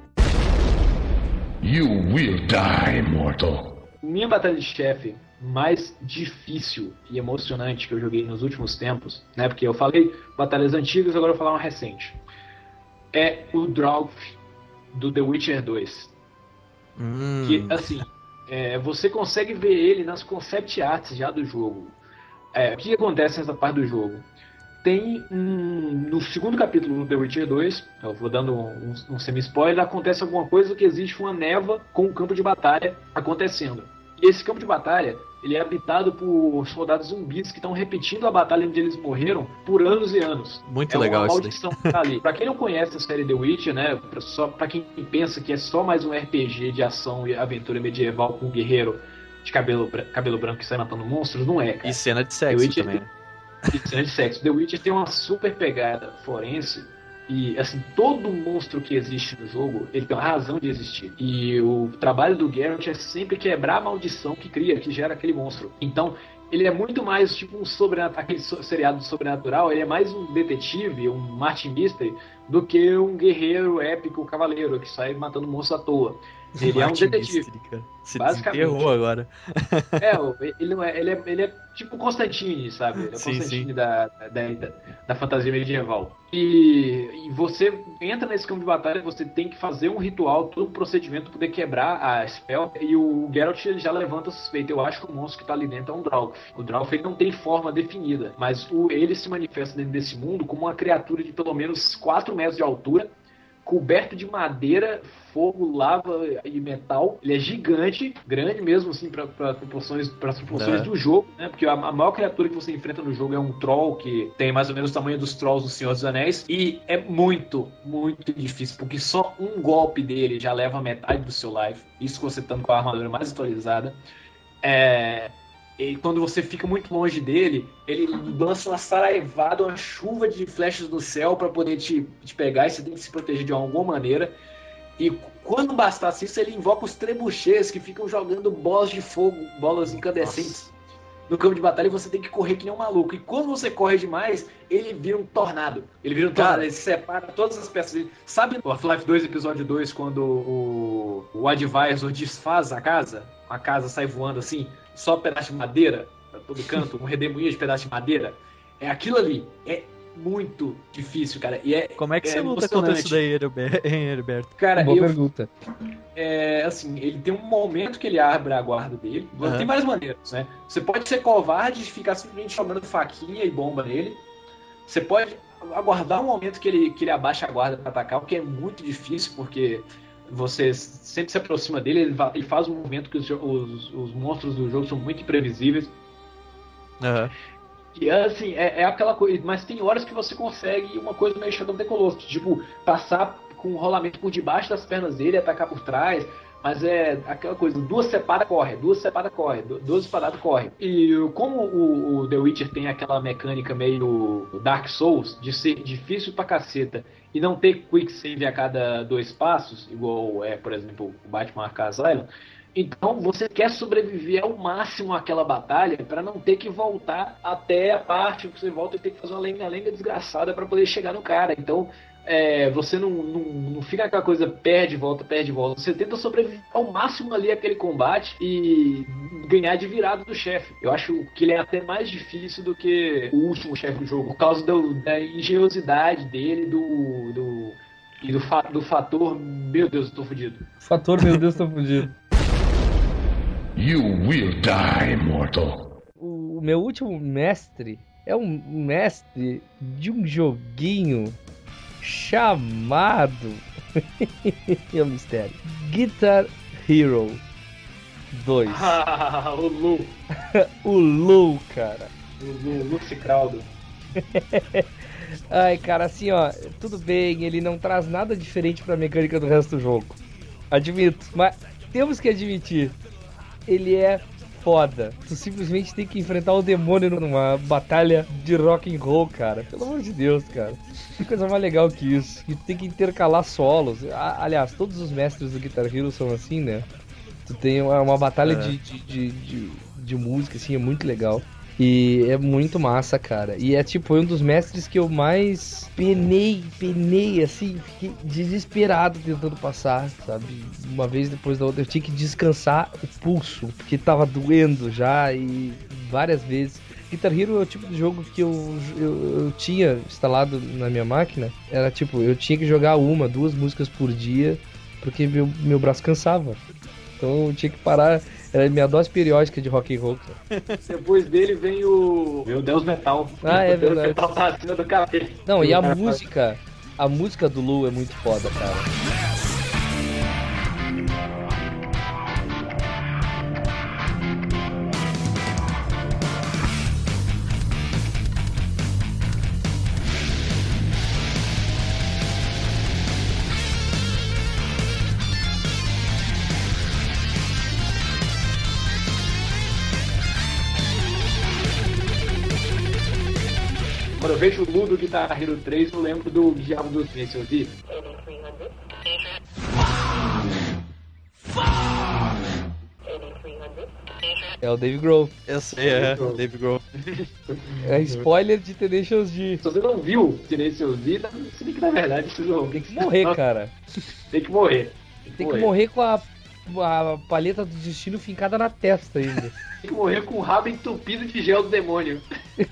You will die, mortal. Minha batalha de chefe mais difícil e emocionante que eu joguei nos últimos tempos, né? Porque eu falei batalhas antigas, agora eu vou falar uma recente. É o Draugr do The Witcher 2. Que, assim, você consegue ver ele nas concept arts já do jogo. O que acontece nessa parte do jogo? Tem no segundo capítulo do The Witcher 2, eu vou dando um semi-spoiler, acontece alguma coisa que existe uma névoa com um campo de batalha acontecendo. E esse campo de batalha, ele é habitado por soldados zumbis que estão repetindo a batalha onde eles morreram por anos e anos. Muito legal isso. É uma maldição que tá ali. Pra quem não conhece a série The Witcher, né, pra quem pensa que é só mais um RPG de ação e aventura medieval com um guerreiro de cabelo branco que sai matando monstros, não é, cara. E cena de sexo também. E cena de sexo. The Witcher tem uma super pegada forense. E, assim, todo monstro que existe no jogo, ele tem uma razão de existir. E o trabalho do Geralt é sempre quebrar a maldição que gera aquele monstro. Então, ele é muito mais tipo um aquele seriado sobrenatural, ele é mais um detetive, um Martin Mystery, do que um guerreiro épico cavaleiro que sai matando monstros à toa. Ele é um detetive. Você desenterrou agora. Ele é tipo Constantine, sabe? Ele é Constantine da fantasia medieval. E você entra nesse campo de batalha, você tem que fazer um ritual, todo um procedimento para poder quebrar a spell. E o Geralt ele já levanta a suspeita. Eu acho que o monstro que tá ali dentro é um Draugr. O Draugr ele não tem forma definida, mas ele se manifesta dentro desse mundo como uma criatura de pelo menos 4 metros de altura, coberto de madeira, fogo, lava e metal. Ele é gigante, grande mesmo, assim, para proporções do jogo, né? Porque a maior criatura que você enfrenta no jogo é um troll, que tem mais ou menos o tamanho dos trolls do Senhor dos Anéis. E é muito, muito difícil, porque só um golpe dele já leva metade do seu life. Isso você estando com a armadura mais atualizada. E quando você fica muito longe dele, ele lança uma saraivada, uma chuva de flechas do céu para poder te pegar, e você tem que se proteger de alguma maneira. E quando bastasse isso, ele invoca os trebuchês que ficam jogando bolas de fogo, bolas incandescentes no campo de batalha, e você tem que correr que nem um maluco. E quando você corre demais, ele vira um tornado. Ele separa todas as peças dele. Sabe no Half-Life 2, episódio 2, quando o Advisor desfaz a casa sai voando assim, só pedaço de madeira pra todo canto, um redemoinho de pedaço de madeira? É aquilo ali. É muito difícil, cara. E como é que você luta contra isso daí, Heriberto? Cara, boa pergunta. Assim, ele tem um momento que ele abre a guarda dele. Tem várias maneiras, né? Você pode ser covarde e ficar simplesmente jogando faquinha e bomba nele. Você pode aguardar um momento que ele abaixa a guarda pra atacar, o que é muito difícil, porque você sempre se aproxima dele, ele faz um movimento que os monstros do jogo são muito imprevisíveis. E assim, é aquela coisa, mas tem horas que você consegue uma coisa meio Shadow of the Colossus, tipo, passar com o rolamento por debaixo das pernas dele, atacar por trás. Mas é aquela coisa, 2 separa, corre, 2 separa, corre, 2 separadas, corre. E como o The Witcher tem aquela mecânica meio Dark Souls, de ser difícil pra caceta, e não ter quick save a cada 2 passos, igual por exemplo, o Batman Arkham Asylum, então você quer sobreviver ao máximo àquela batalha para não ter que voltar até a parte que você volta e ter que fazer uma lenga-lenga desgraçada para poder chegar no cara. Então você não fica aquela coisa perde, volta. Você tenta sobreviver ao máximo ali àquele combate e ganhar de virada do chefe. Eu acho que ele é até mais difícil do que o último chefe do jogo, por causa da engenhosidade dele, e do fator, meu Deus, eu tô fudido. Fator, meu Deus, tô fudido. You will die, mortal. O meu último mestre é um mestre de um joguinho chamado é um mistério, Guitar Hero 2. O Lu. O Lu, cara. O Lucy Crowdo. Ai, cara, assim, ó, tudo bem, ele não traz nada diferente pra mecânica do resto do jogo. Admito, mas temos que admitir, ele é foda. Tu simplesmente tem que enfrentar o demônio numa batalha de rock and roll, cara. Pelo amor de Deus, cara. Que coisa mais legal que isso. E tu tem que intercalar solos. Aliás, todos os mestres do Guitar Hero são assim, né? Tu tem uma batalha de música, assim, é muito legal. E é muito massa, cara. E é tipo, um dos mestres que eu mais penei, assim, fiquei desesperado tentando passar, sabe? Uma vez depois da outra, eu tinha que descansar o pulso, porque tava doendo já, e várias vezes. Guitar Hero é o tipo de jogo que eu tinha instalado na minha máquina. Era tipo, eu tinha que jogar 1, 2 músicas por dia, porque meu braço cansava. Então eu tinha que parar. Era a minha dose periódica de rock and roll. Depois dele vem o Deus Metal. Ah, é verdade. O Deus Metal tá acima do cabelo. Não, e a música do Lu é muito foda, cara. Quando eu vejo o Lu do Guitar Hero 3, eu lembro do Diabo dos Tenacious É o Dave Grohl. Eu sei, Dave Grohl. É spoiler de Tenacious D. Se você não viu Tenacious D, você tem que, na verdade, tem que morrer, cara. Tem que morrer. Tem que morrer com a palheta do destino fincada na testa ainda. Tem que morrer com o rabo entupido de gel do demônio.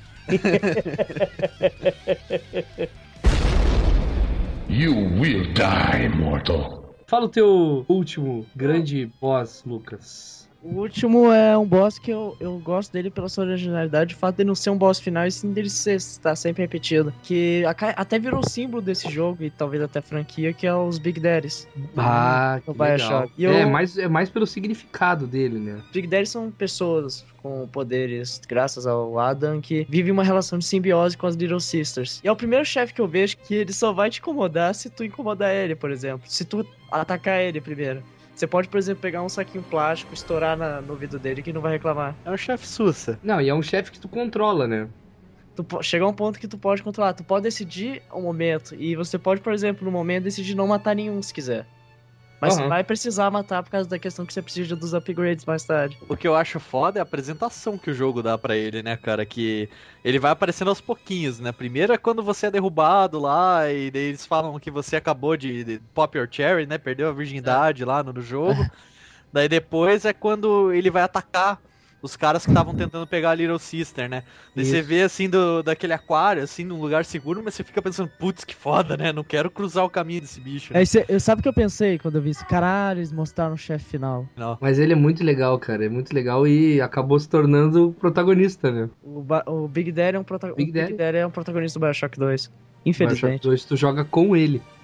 You will die, mortal. Fala o teu último grande boss, Lucas. O último é um boss que eu gosto dele pela sua originalidade, o fato de não ser um boss final e sim dele estar sempre repetido. Que até virou símbolo desse jogo e talvez até franquia, que é os Big Daddies. Ah, que legal. E é mais pelo significado dele, né? Big Daddies são pessoas com poderes, graças ao Adam, que vivem uma relação de simbiose com as Little Sisters. E é o primeiro chefe que eu vejo que ele só vai te incomodar se tu incomodar ele, por exemplo. Se tu atacar ele primeiro. Você pode, por exemplo, pegar um saquinho plástico, estourar no ouvido dele que não vai reclamar. É um chefe sussa. Não, e é um chefe que tu controla, né? Chega a um ponto que tu pode controlar. Tu pode decidir o momento. E você pode, por exemplo, no momento, decidir não matar nenhum, se quiser. Mas você vai precisar matar por causa da questão que você precisa dos upgrades mais tarde. O que eu acho foda é a apresentação que o jogo dá pra ele, né, cara? Que ele vai aparecendo aos pouquinhos, né? Primeiro é quando você é derrubado lá e daí eles falam que você acabou de pop your cherry, né? Perdeu a virgindade lá no jogo. Daí depois é quando ele vai atacar os caras que estavam tentando pegar a Little Sister, né? Daí você vê, assim, daquele aquário, assim, num lugar seguro, mas você fica pensando, putz, que foda, né? Não quero cruzar o caminho desse bicho. Né? Sabe o que eu pensei quando eu vi isso? Caralho, eles mostraram o chefe final. Não. Mas ele é muito legal, cara. É muito legal e acabou se tornando o protagonista, né? O Big Daddy é um protagonista do BioShock 2. Infelizmente. BioShock 2, tu joga com ele.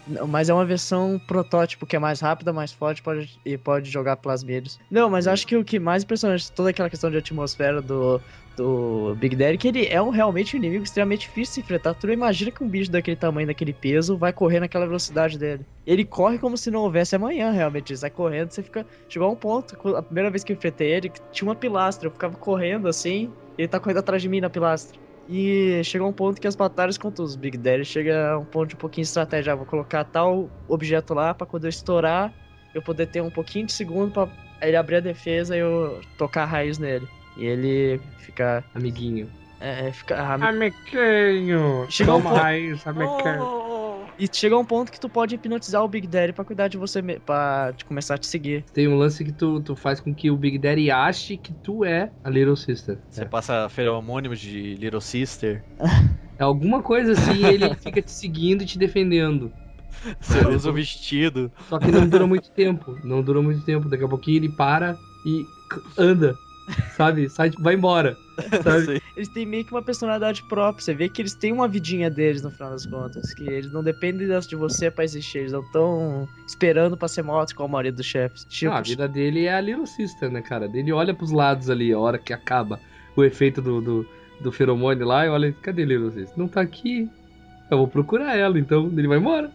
Mas é uma versão protótipo que é mais rápida, mais forte e pode jogar plasmidos. Não, mas acho que o que mais impressionante toda aquela questão de atmosfera do Big Daddy, que ele é realmente um inimigo extremamente difícil de se enfrentar. Tu não imagina que um bicho daquele tamanho, daquele peso, vai correr naquela velocidade dele. Ele corre como se não houvesse amanhã, realmente. Ele sai correndo, você fica... Chegou a um ponto, a primeira vez que eu enfrentei ele, tinha uma pilastra, eu ficava correndo assim, e ele tá correndo atrás de mim na pilastra. E chegou um ponto que as batalhas contra os Big Daddy chega a um ponto de um pouquinho de estratégia. Vou colocar tal objeto lá pra quando eu estourar, eu poder ter um pouquinho de segundo pra ele abrir a defesa e eu tocar a raiz nele. E ele fica... Amiguinho. Fica... Amiguinho! Chega um ponto... raiz, amiguinho. E chega um ponto que tu pode hipnotizar o Big Daddy pra cuidar de você, pra começar a te seguir. Tem um lance que tu faz com que o Big Daddy ache que tu é a Little Sister. Você passa feromônios de Little Sister. É alguma coisa assim, ele fica te seguindo e te defendendo. Você usa o vestido. Só que não dura muito tempo. Não dura muito tempo. Daqui a pouquinho ele para e anda. Sabe? Vai embora. Sabe? Eles têm meio que uma personalidade própria. Você vê que eles têm uma vidinha deles no final das contas. Que eles não dependem de você pra existir. Eles não estão esperando pra ser mortos com a maioria dos chefes. Tipo... a vida dele é a Little Sister, né, cara? Ele olha pros lados ali, a hora que acaba o efeito do feromônio lá, e olha, cadê Little Sister? Não tá aqui. Eu vou procurar ela, então ele vai embora.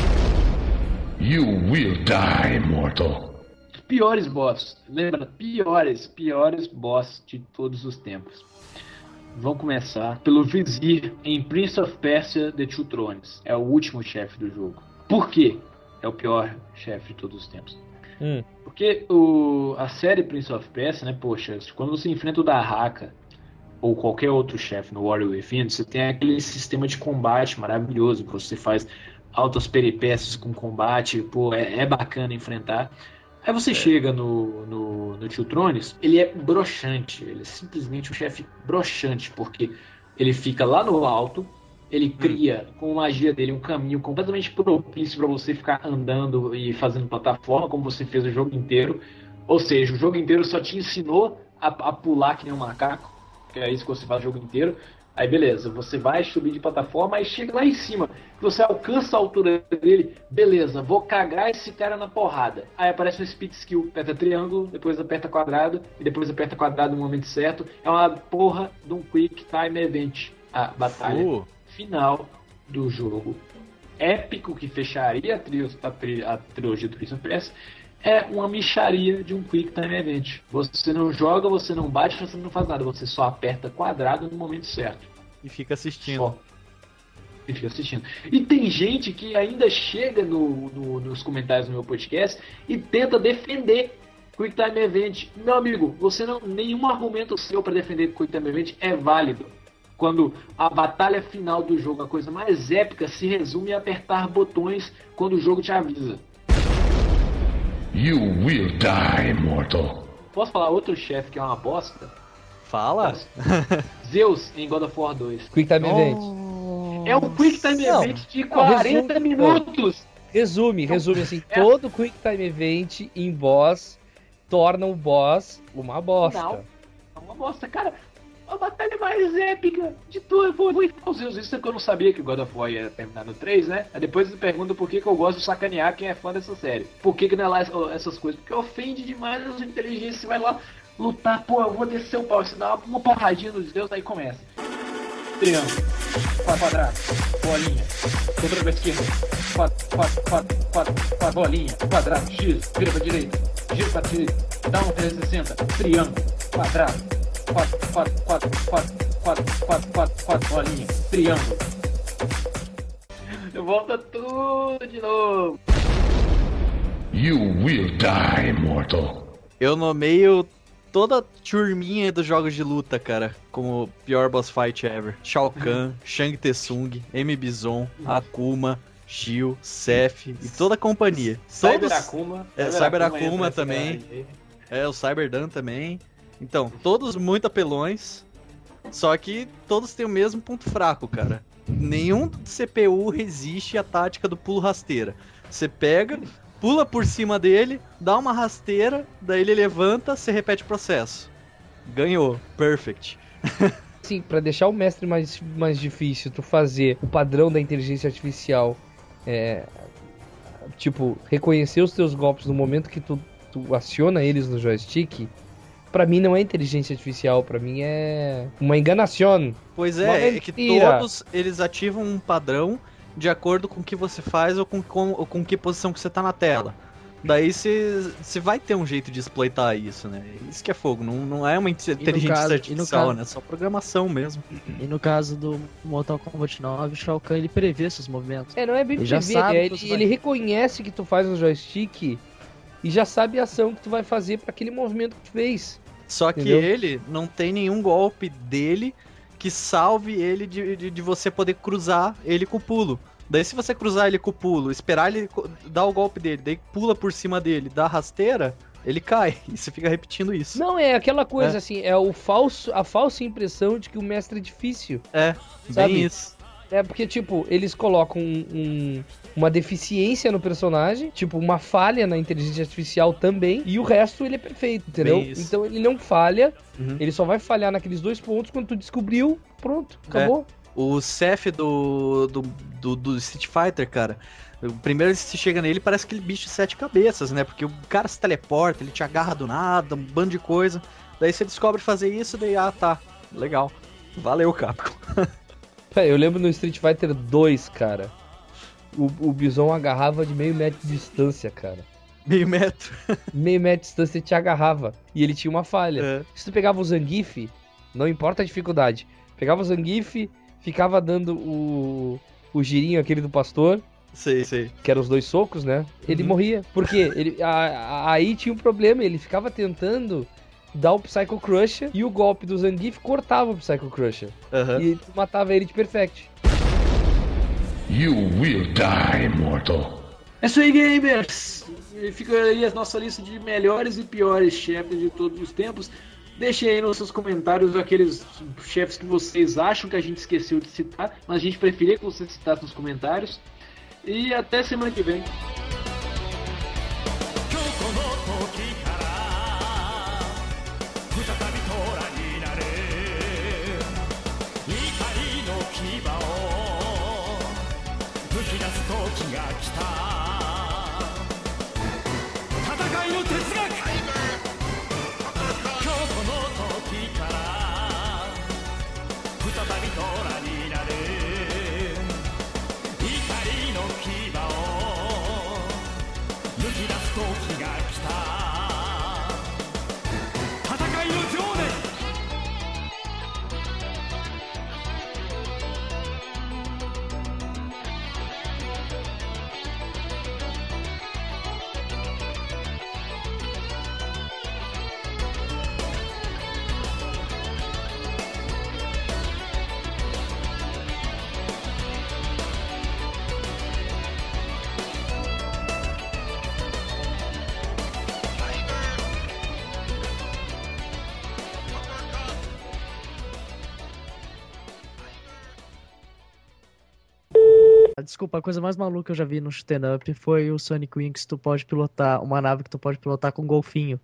You will die, mortal. Piores boss, lembra? Piores boss de todos os tempos. Vamos começar pelo Vizir em Prince of Persia: The Two Thrones. É o último chefe do jogo. Por quê? É o pior chefe de todos os tempos. Porque a série Prince of Persia, né, poxa, quando você enfrenta o Dahaka ou qualquer outro chefe no Warrior Within, você tem aquele sistema de combate maravilhoso, que você faz altas peripécias com combate, pô, é bacana enfrentar. Aí você chega no Two Thrones, ele é broxante, ele é simplesmente um chefe broxante, porque ele fica lá no alto, ele cria com a magia dele um caminho completamente propício para você ficar andando e fazendo plataforma, como você fez o jogo inteiro. Ou seja, o jogo inteiro só te ensinou a pular que nem um macaco, que é isso que você faz o jogo inteiro. Aí beleza, você vai subir de plataforma, aí chega lá em cima, você alcança a altura dele, beleza, vou cagar esse cara na porrada. Aí aparece um speed skill, aperta triângulo, depois aperta quadrado, e depois aperta quadrado no momento certo. É uma porra de um quick time event, a batalha final do jogo. Épico que fecharia a trilogia do Prince of Persia. É uma mixaria de um Quick Time Event. Você não joga, você não bate, você não faz nada. Você só aperta quadrado no momento certo. E fica assistindo. Só. E fica assistindo. E tem gente que ainda chega nos comentários do meu podcast e tenta defender Quick Time Event. Meu amigo, nenhum argumento seu para defender Quick Time Event é válido. Quando a batalha final do jogo, a coisa mais épica, se resume a apertar botões quando o jogo te avisa. You will die, mortal. Posso falar outro chefe que é uma bosta? Fala. Zeus em God of War 2. Quick Time Event. É um Quick Time Event de 40 minutos. Resume assim, todo Quick Time Event em boss torna o boss uma bosta. Não, é uma bosta, cara. A batalha mais épica de tudo. Vou os Zeus, isso é que eu não sabia que o God of War ia terminar no 3, né? Aí depois eu pergunto por que eu gosto de sacanear quem é fã dessa série. Por que não é lá essas coisas? Porque ofende demais as inteligências. Você vai lá lutar, pô, eu vou descer o pau. Você dá uma porradinha nos Zeus, aí começa. Triângulo, quadrado, bolinha, contra pra esquerda, quatro, bolinha, quadrado, X, vira pra direita, gira pra direita, dá um 360, triângulo, quadrado. 4, bolinha, triângulo. Volta tudo de novo. You will die, mortal. Eu nomeio toda a turminha dos jogos de luta, cara, como pior boss fight ever. Shao Kahn, Shang Tsung, M. Bison, Akuma, Shio, Seth e toda a companhia. Cyber Akuma. Cyber Akuma também. O Cyberdan também. Então, todos muito apelões, só que todos têm o mesmo ponto fraco, cara. Nenhum CPU resiste à tática do pulo rasteira. Você pega, pula por cima dele, dá uma rasteira, daí ele levanta, você repete o processo. Ganhou. Perfect. Sim, pra deixar o mestre mais difícil, tu fazer o padrão da inteligência artificial tipo, reconhecer os teus golpes no momento que tu aciona eles no joystick, pra mim não é inteligência artificial, pra mim é uma enganação. Pois é que todos eles ativam um padrão de acordo com o que você faz ou com que posição que você tá na tela. Daí você vai ter um jeito de exploitar isso, né? Isso que é fogo, não é uma inteligência artificial, né? É só programação mesmo. E no caso do Mortal Kombat 9, o Shao Kahn, ele prevê seus movimentos. Não é bem prever, ele reconhece que tu faz no joystick e já sabe a ação que tu vai fazer para aquele movimento que tu fez. Só que ele não tem nenhum golpe dele que salve ele de você poder cruzar ele com o pulo. Daí se você cruzar ele com o pulo, esperar ele dar o golpe dele, daí pula por cima dele, dá rasteira, ele cai. E você fica repetindo isso. Não, é aquela coisa assim, a falsa impressão de que o mestre é difícil. Sabe? Bem isso. Porque, tipo, eles colocam uma deficiência no personagem, tipo, uma falha na inteligência artificial também, e o resto ele é perfeito, entendeu? Então ele não falha, ele só vai falhar naqueles 2 pontos quando tu descobriu, pronto, acabou. O Seth do Street Fighter, cara, primeiro você chega nele parece aquele bicho de 7 cabeças, né? Porque o cara se teleporta, ele te agarra do nada, um bando de coisa. Daí você descobre fazer isso, daí, tá, legal. Valeu, Capcom. Eu lembro no Street Fighter 2, cara, o Bison agarrava de meio metro de distância, cara. Meio metro? Meio metro de distância ele te agarrava. E ele tinha uma falha. Se tu pegava o Zangief, não importa a dificuldade, pegava o Zangief, ficava dando o girinho aquele do pastor. Sei. Que eram os 2 socos, né? Ele morria. Por quê? Aí tinha um problema, ele ficava tentando dar o Psycho Crusher e o golpe do Zangief cortava o Psycho Crusher. E tu matava ele de perfect. You will die, mortal. É isso aí, gamers! Fica aí a nossa lista de melhores e piores chefes de todos os tempos. Deixem aí nos seus comentários aqueles chefes que vocês acham que a gente esqueceu de citar, mas a gente preferia que vocês citassem nos comentários. E até semana que vem. Desculpa, a coisa mais maluca que eu já vi no shoot'em up foi o Sonic Wings que tu pode pilotar, uma nave que tu pode pilotar com um golfinho.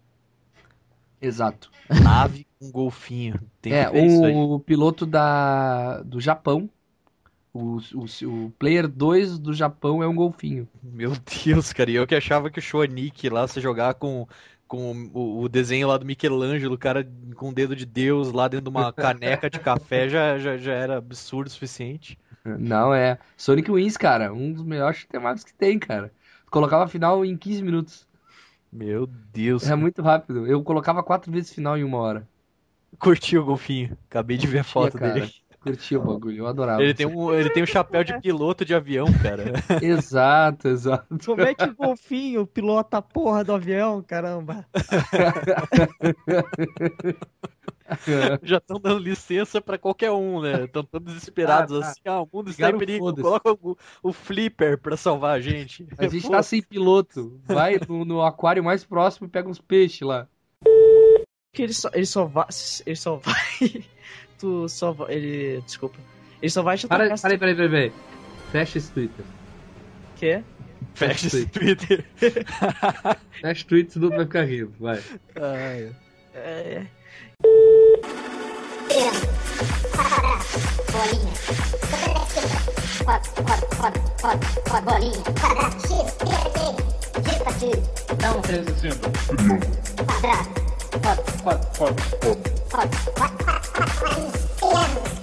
Exato. Nave com golfinho. Tem que ver isso aí. O piloto do Japão, o Player 2 do Japão é um golfinho. Meu Deus, cara, e eu que achava que o Shonik lá, você jogar com o desenho lá do Michelangelo, o cara com o dedo de Deus lá dentro de uma caneca de café já era absurdo o suficiente. Não, Sonic Wings, cara, um dos melhores chutemados que tem, cara. Colocava a final em 15 minutos. Meu Deus. É muito rápido. Eu colocava 4 vezes final em 1 hora. Curti o golfinho. Acabei de ver a foto dele. Curti o bagulho, eu adorava. Ele tem um chapéu de piloto de avião, cara. Exato. Como é que o golfinho pilota a porra do avião, caramba? Já estão dando licença pra qualquer um, né? Estão todos desesperados assim. O mundo está em perigo. Coloca o Flipper pra salvar a gente. A gente tá sem piloto. Vai no aquário mais próximo e pega uns peixes lá. Que ele só vai. Desculpa. Ele só vai te atacar. Peraí. Fecha esse Twitter. Quê? Fecha esse Twitter. Fecha o Twitter, senão tu vai ficar rindo. Vai. Bolinha, bolinha, quadrado, X, giro pra X. Dá um 360. Quadrado, Quatro. triângulo.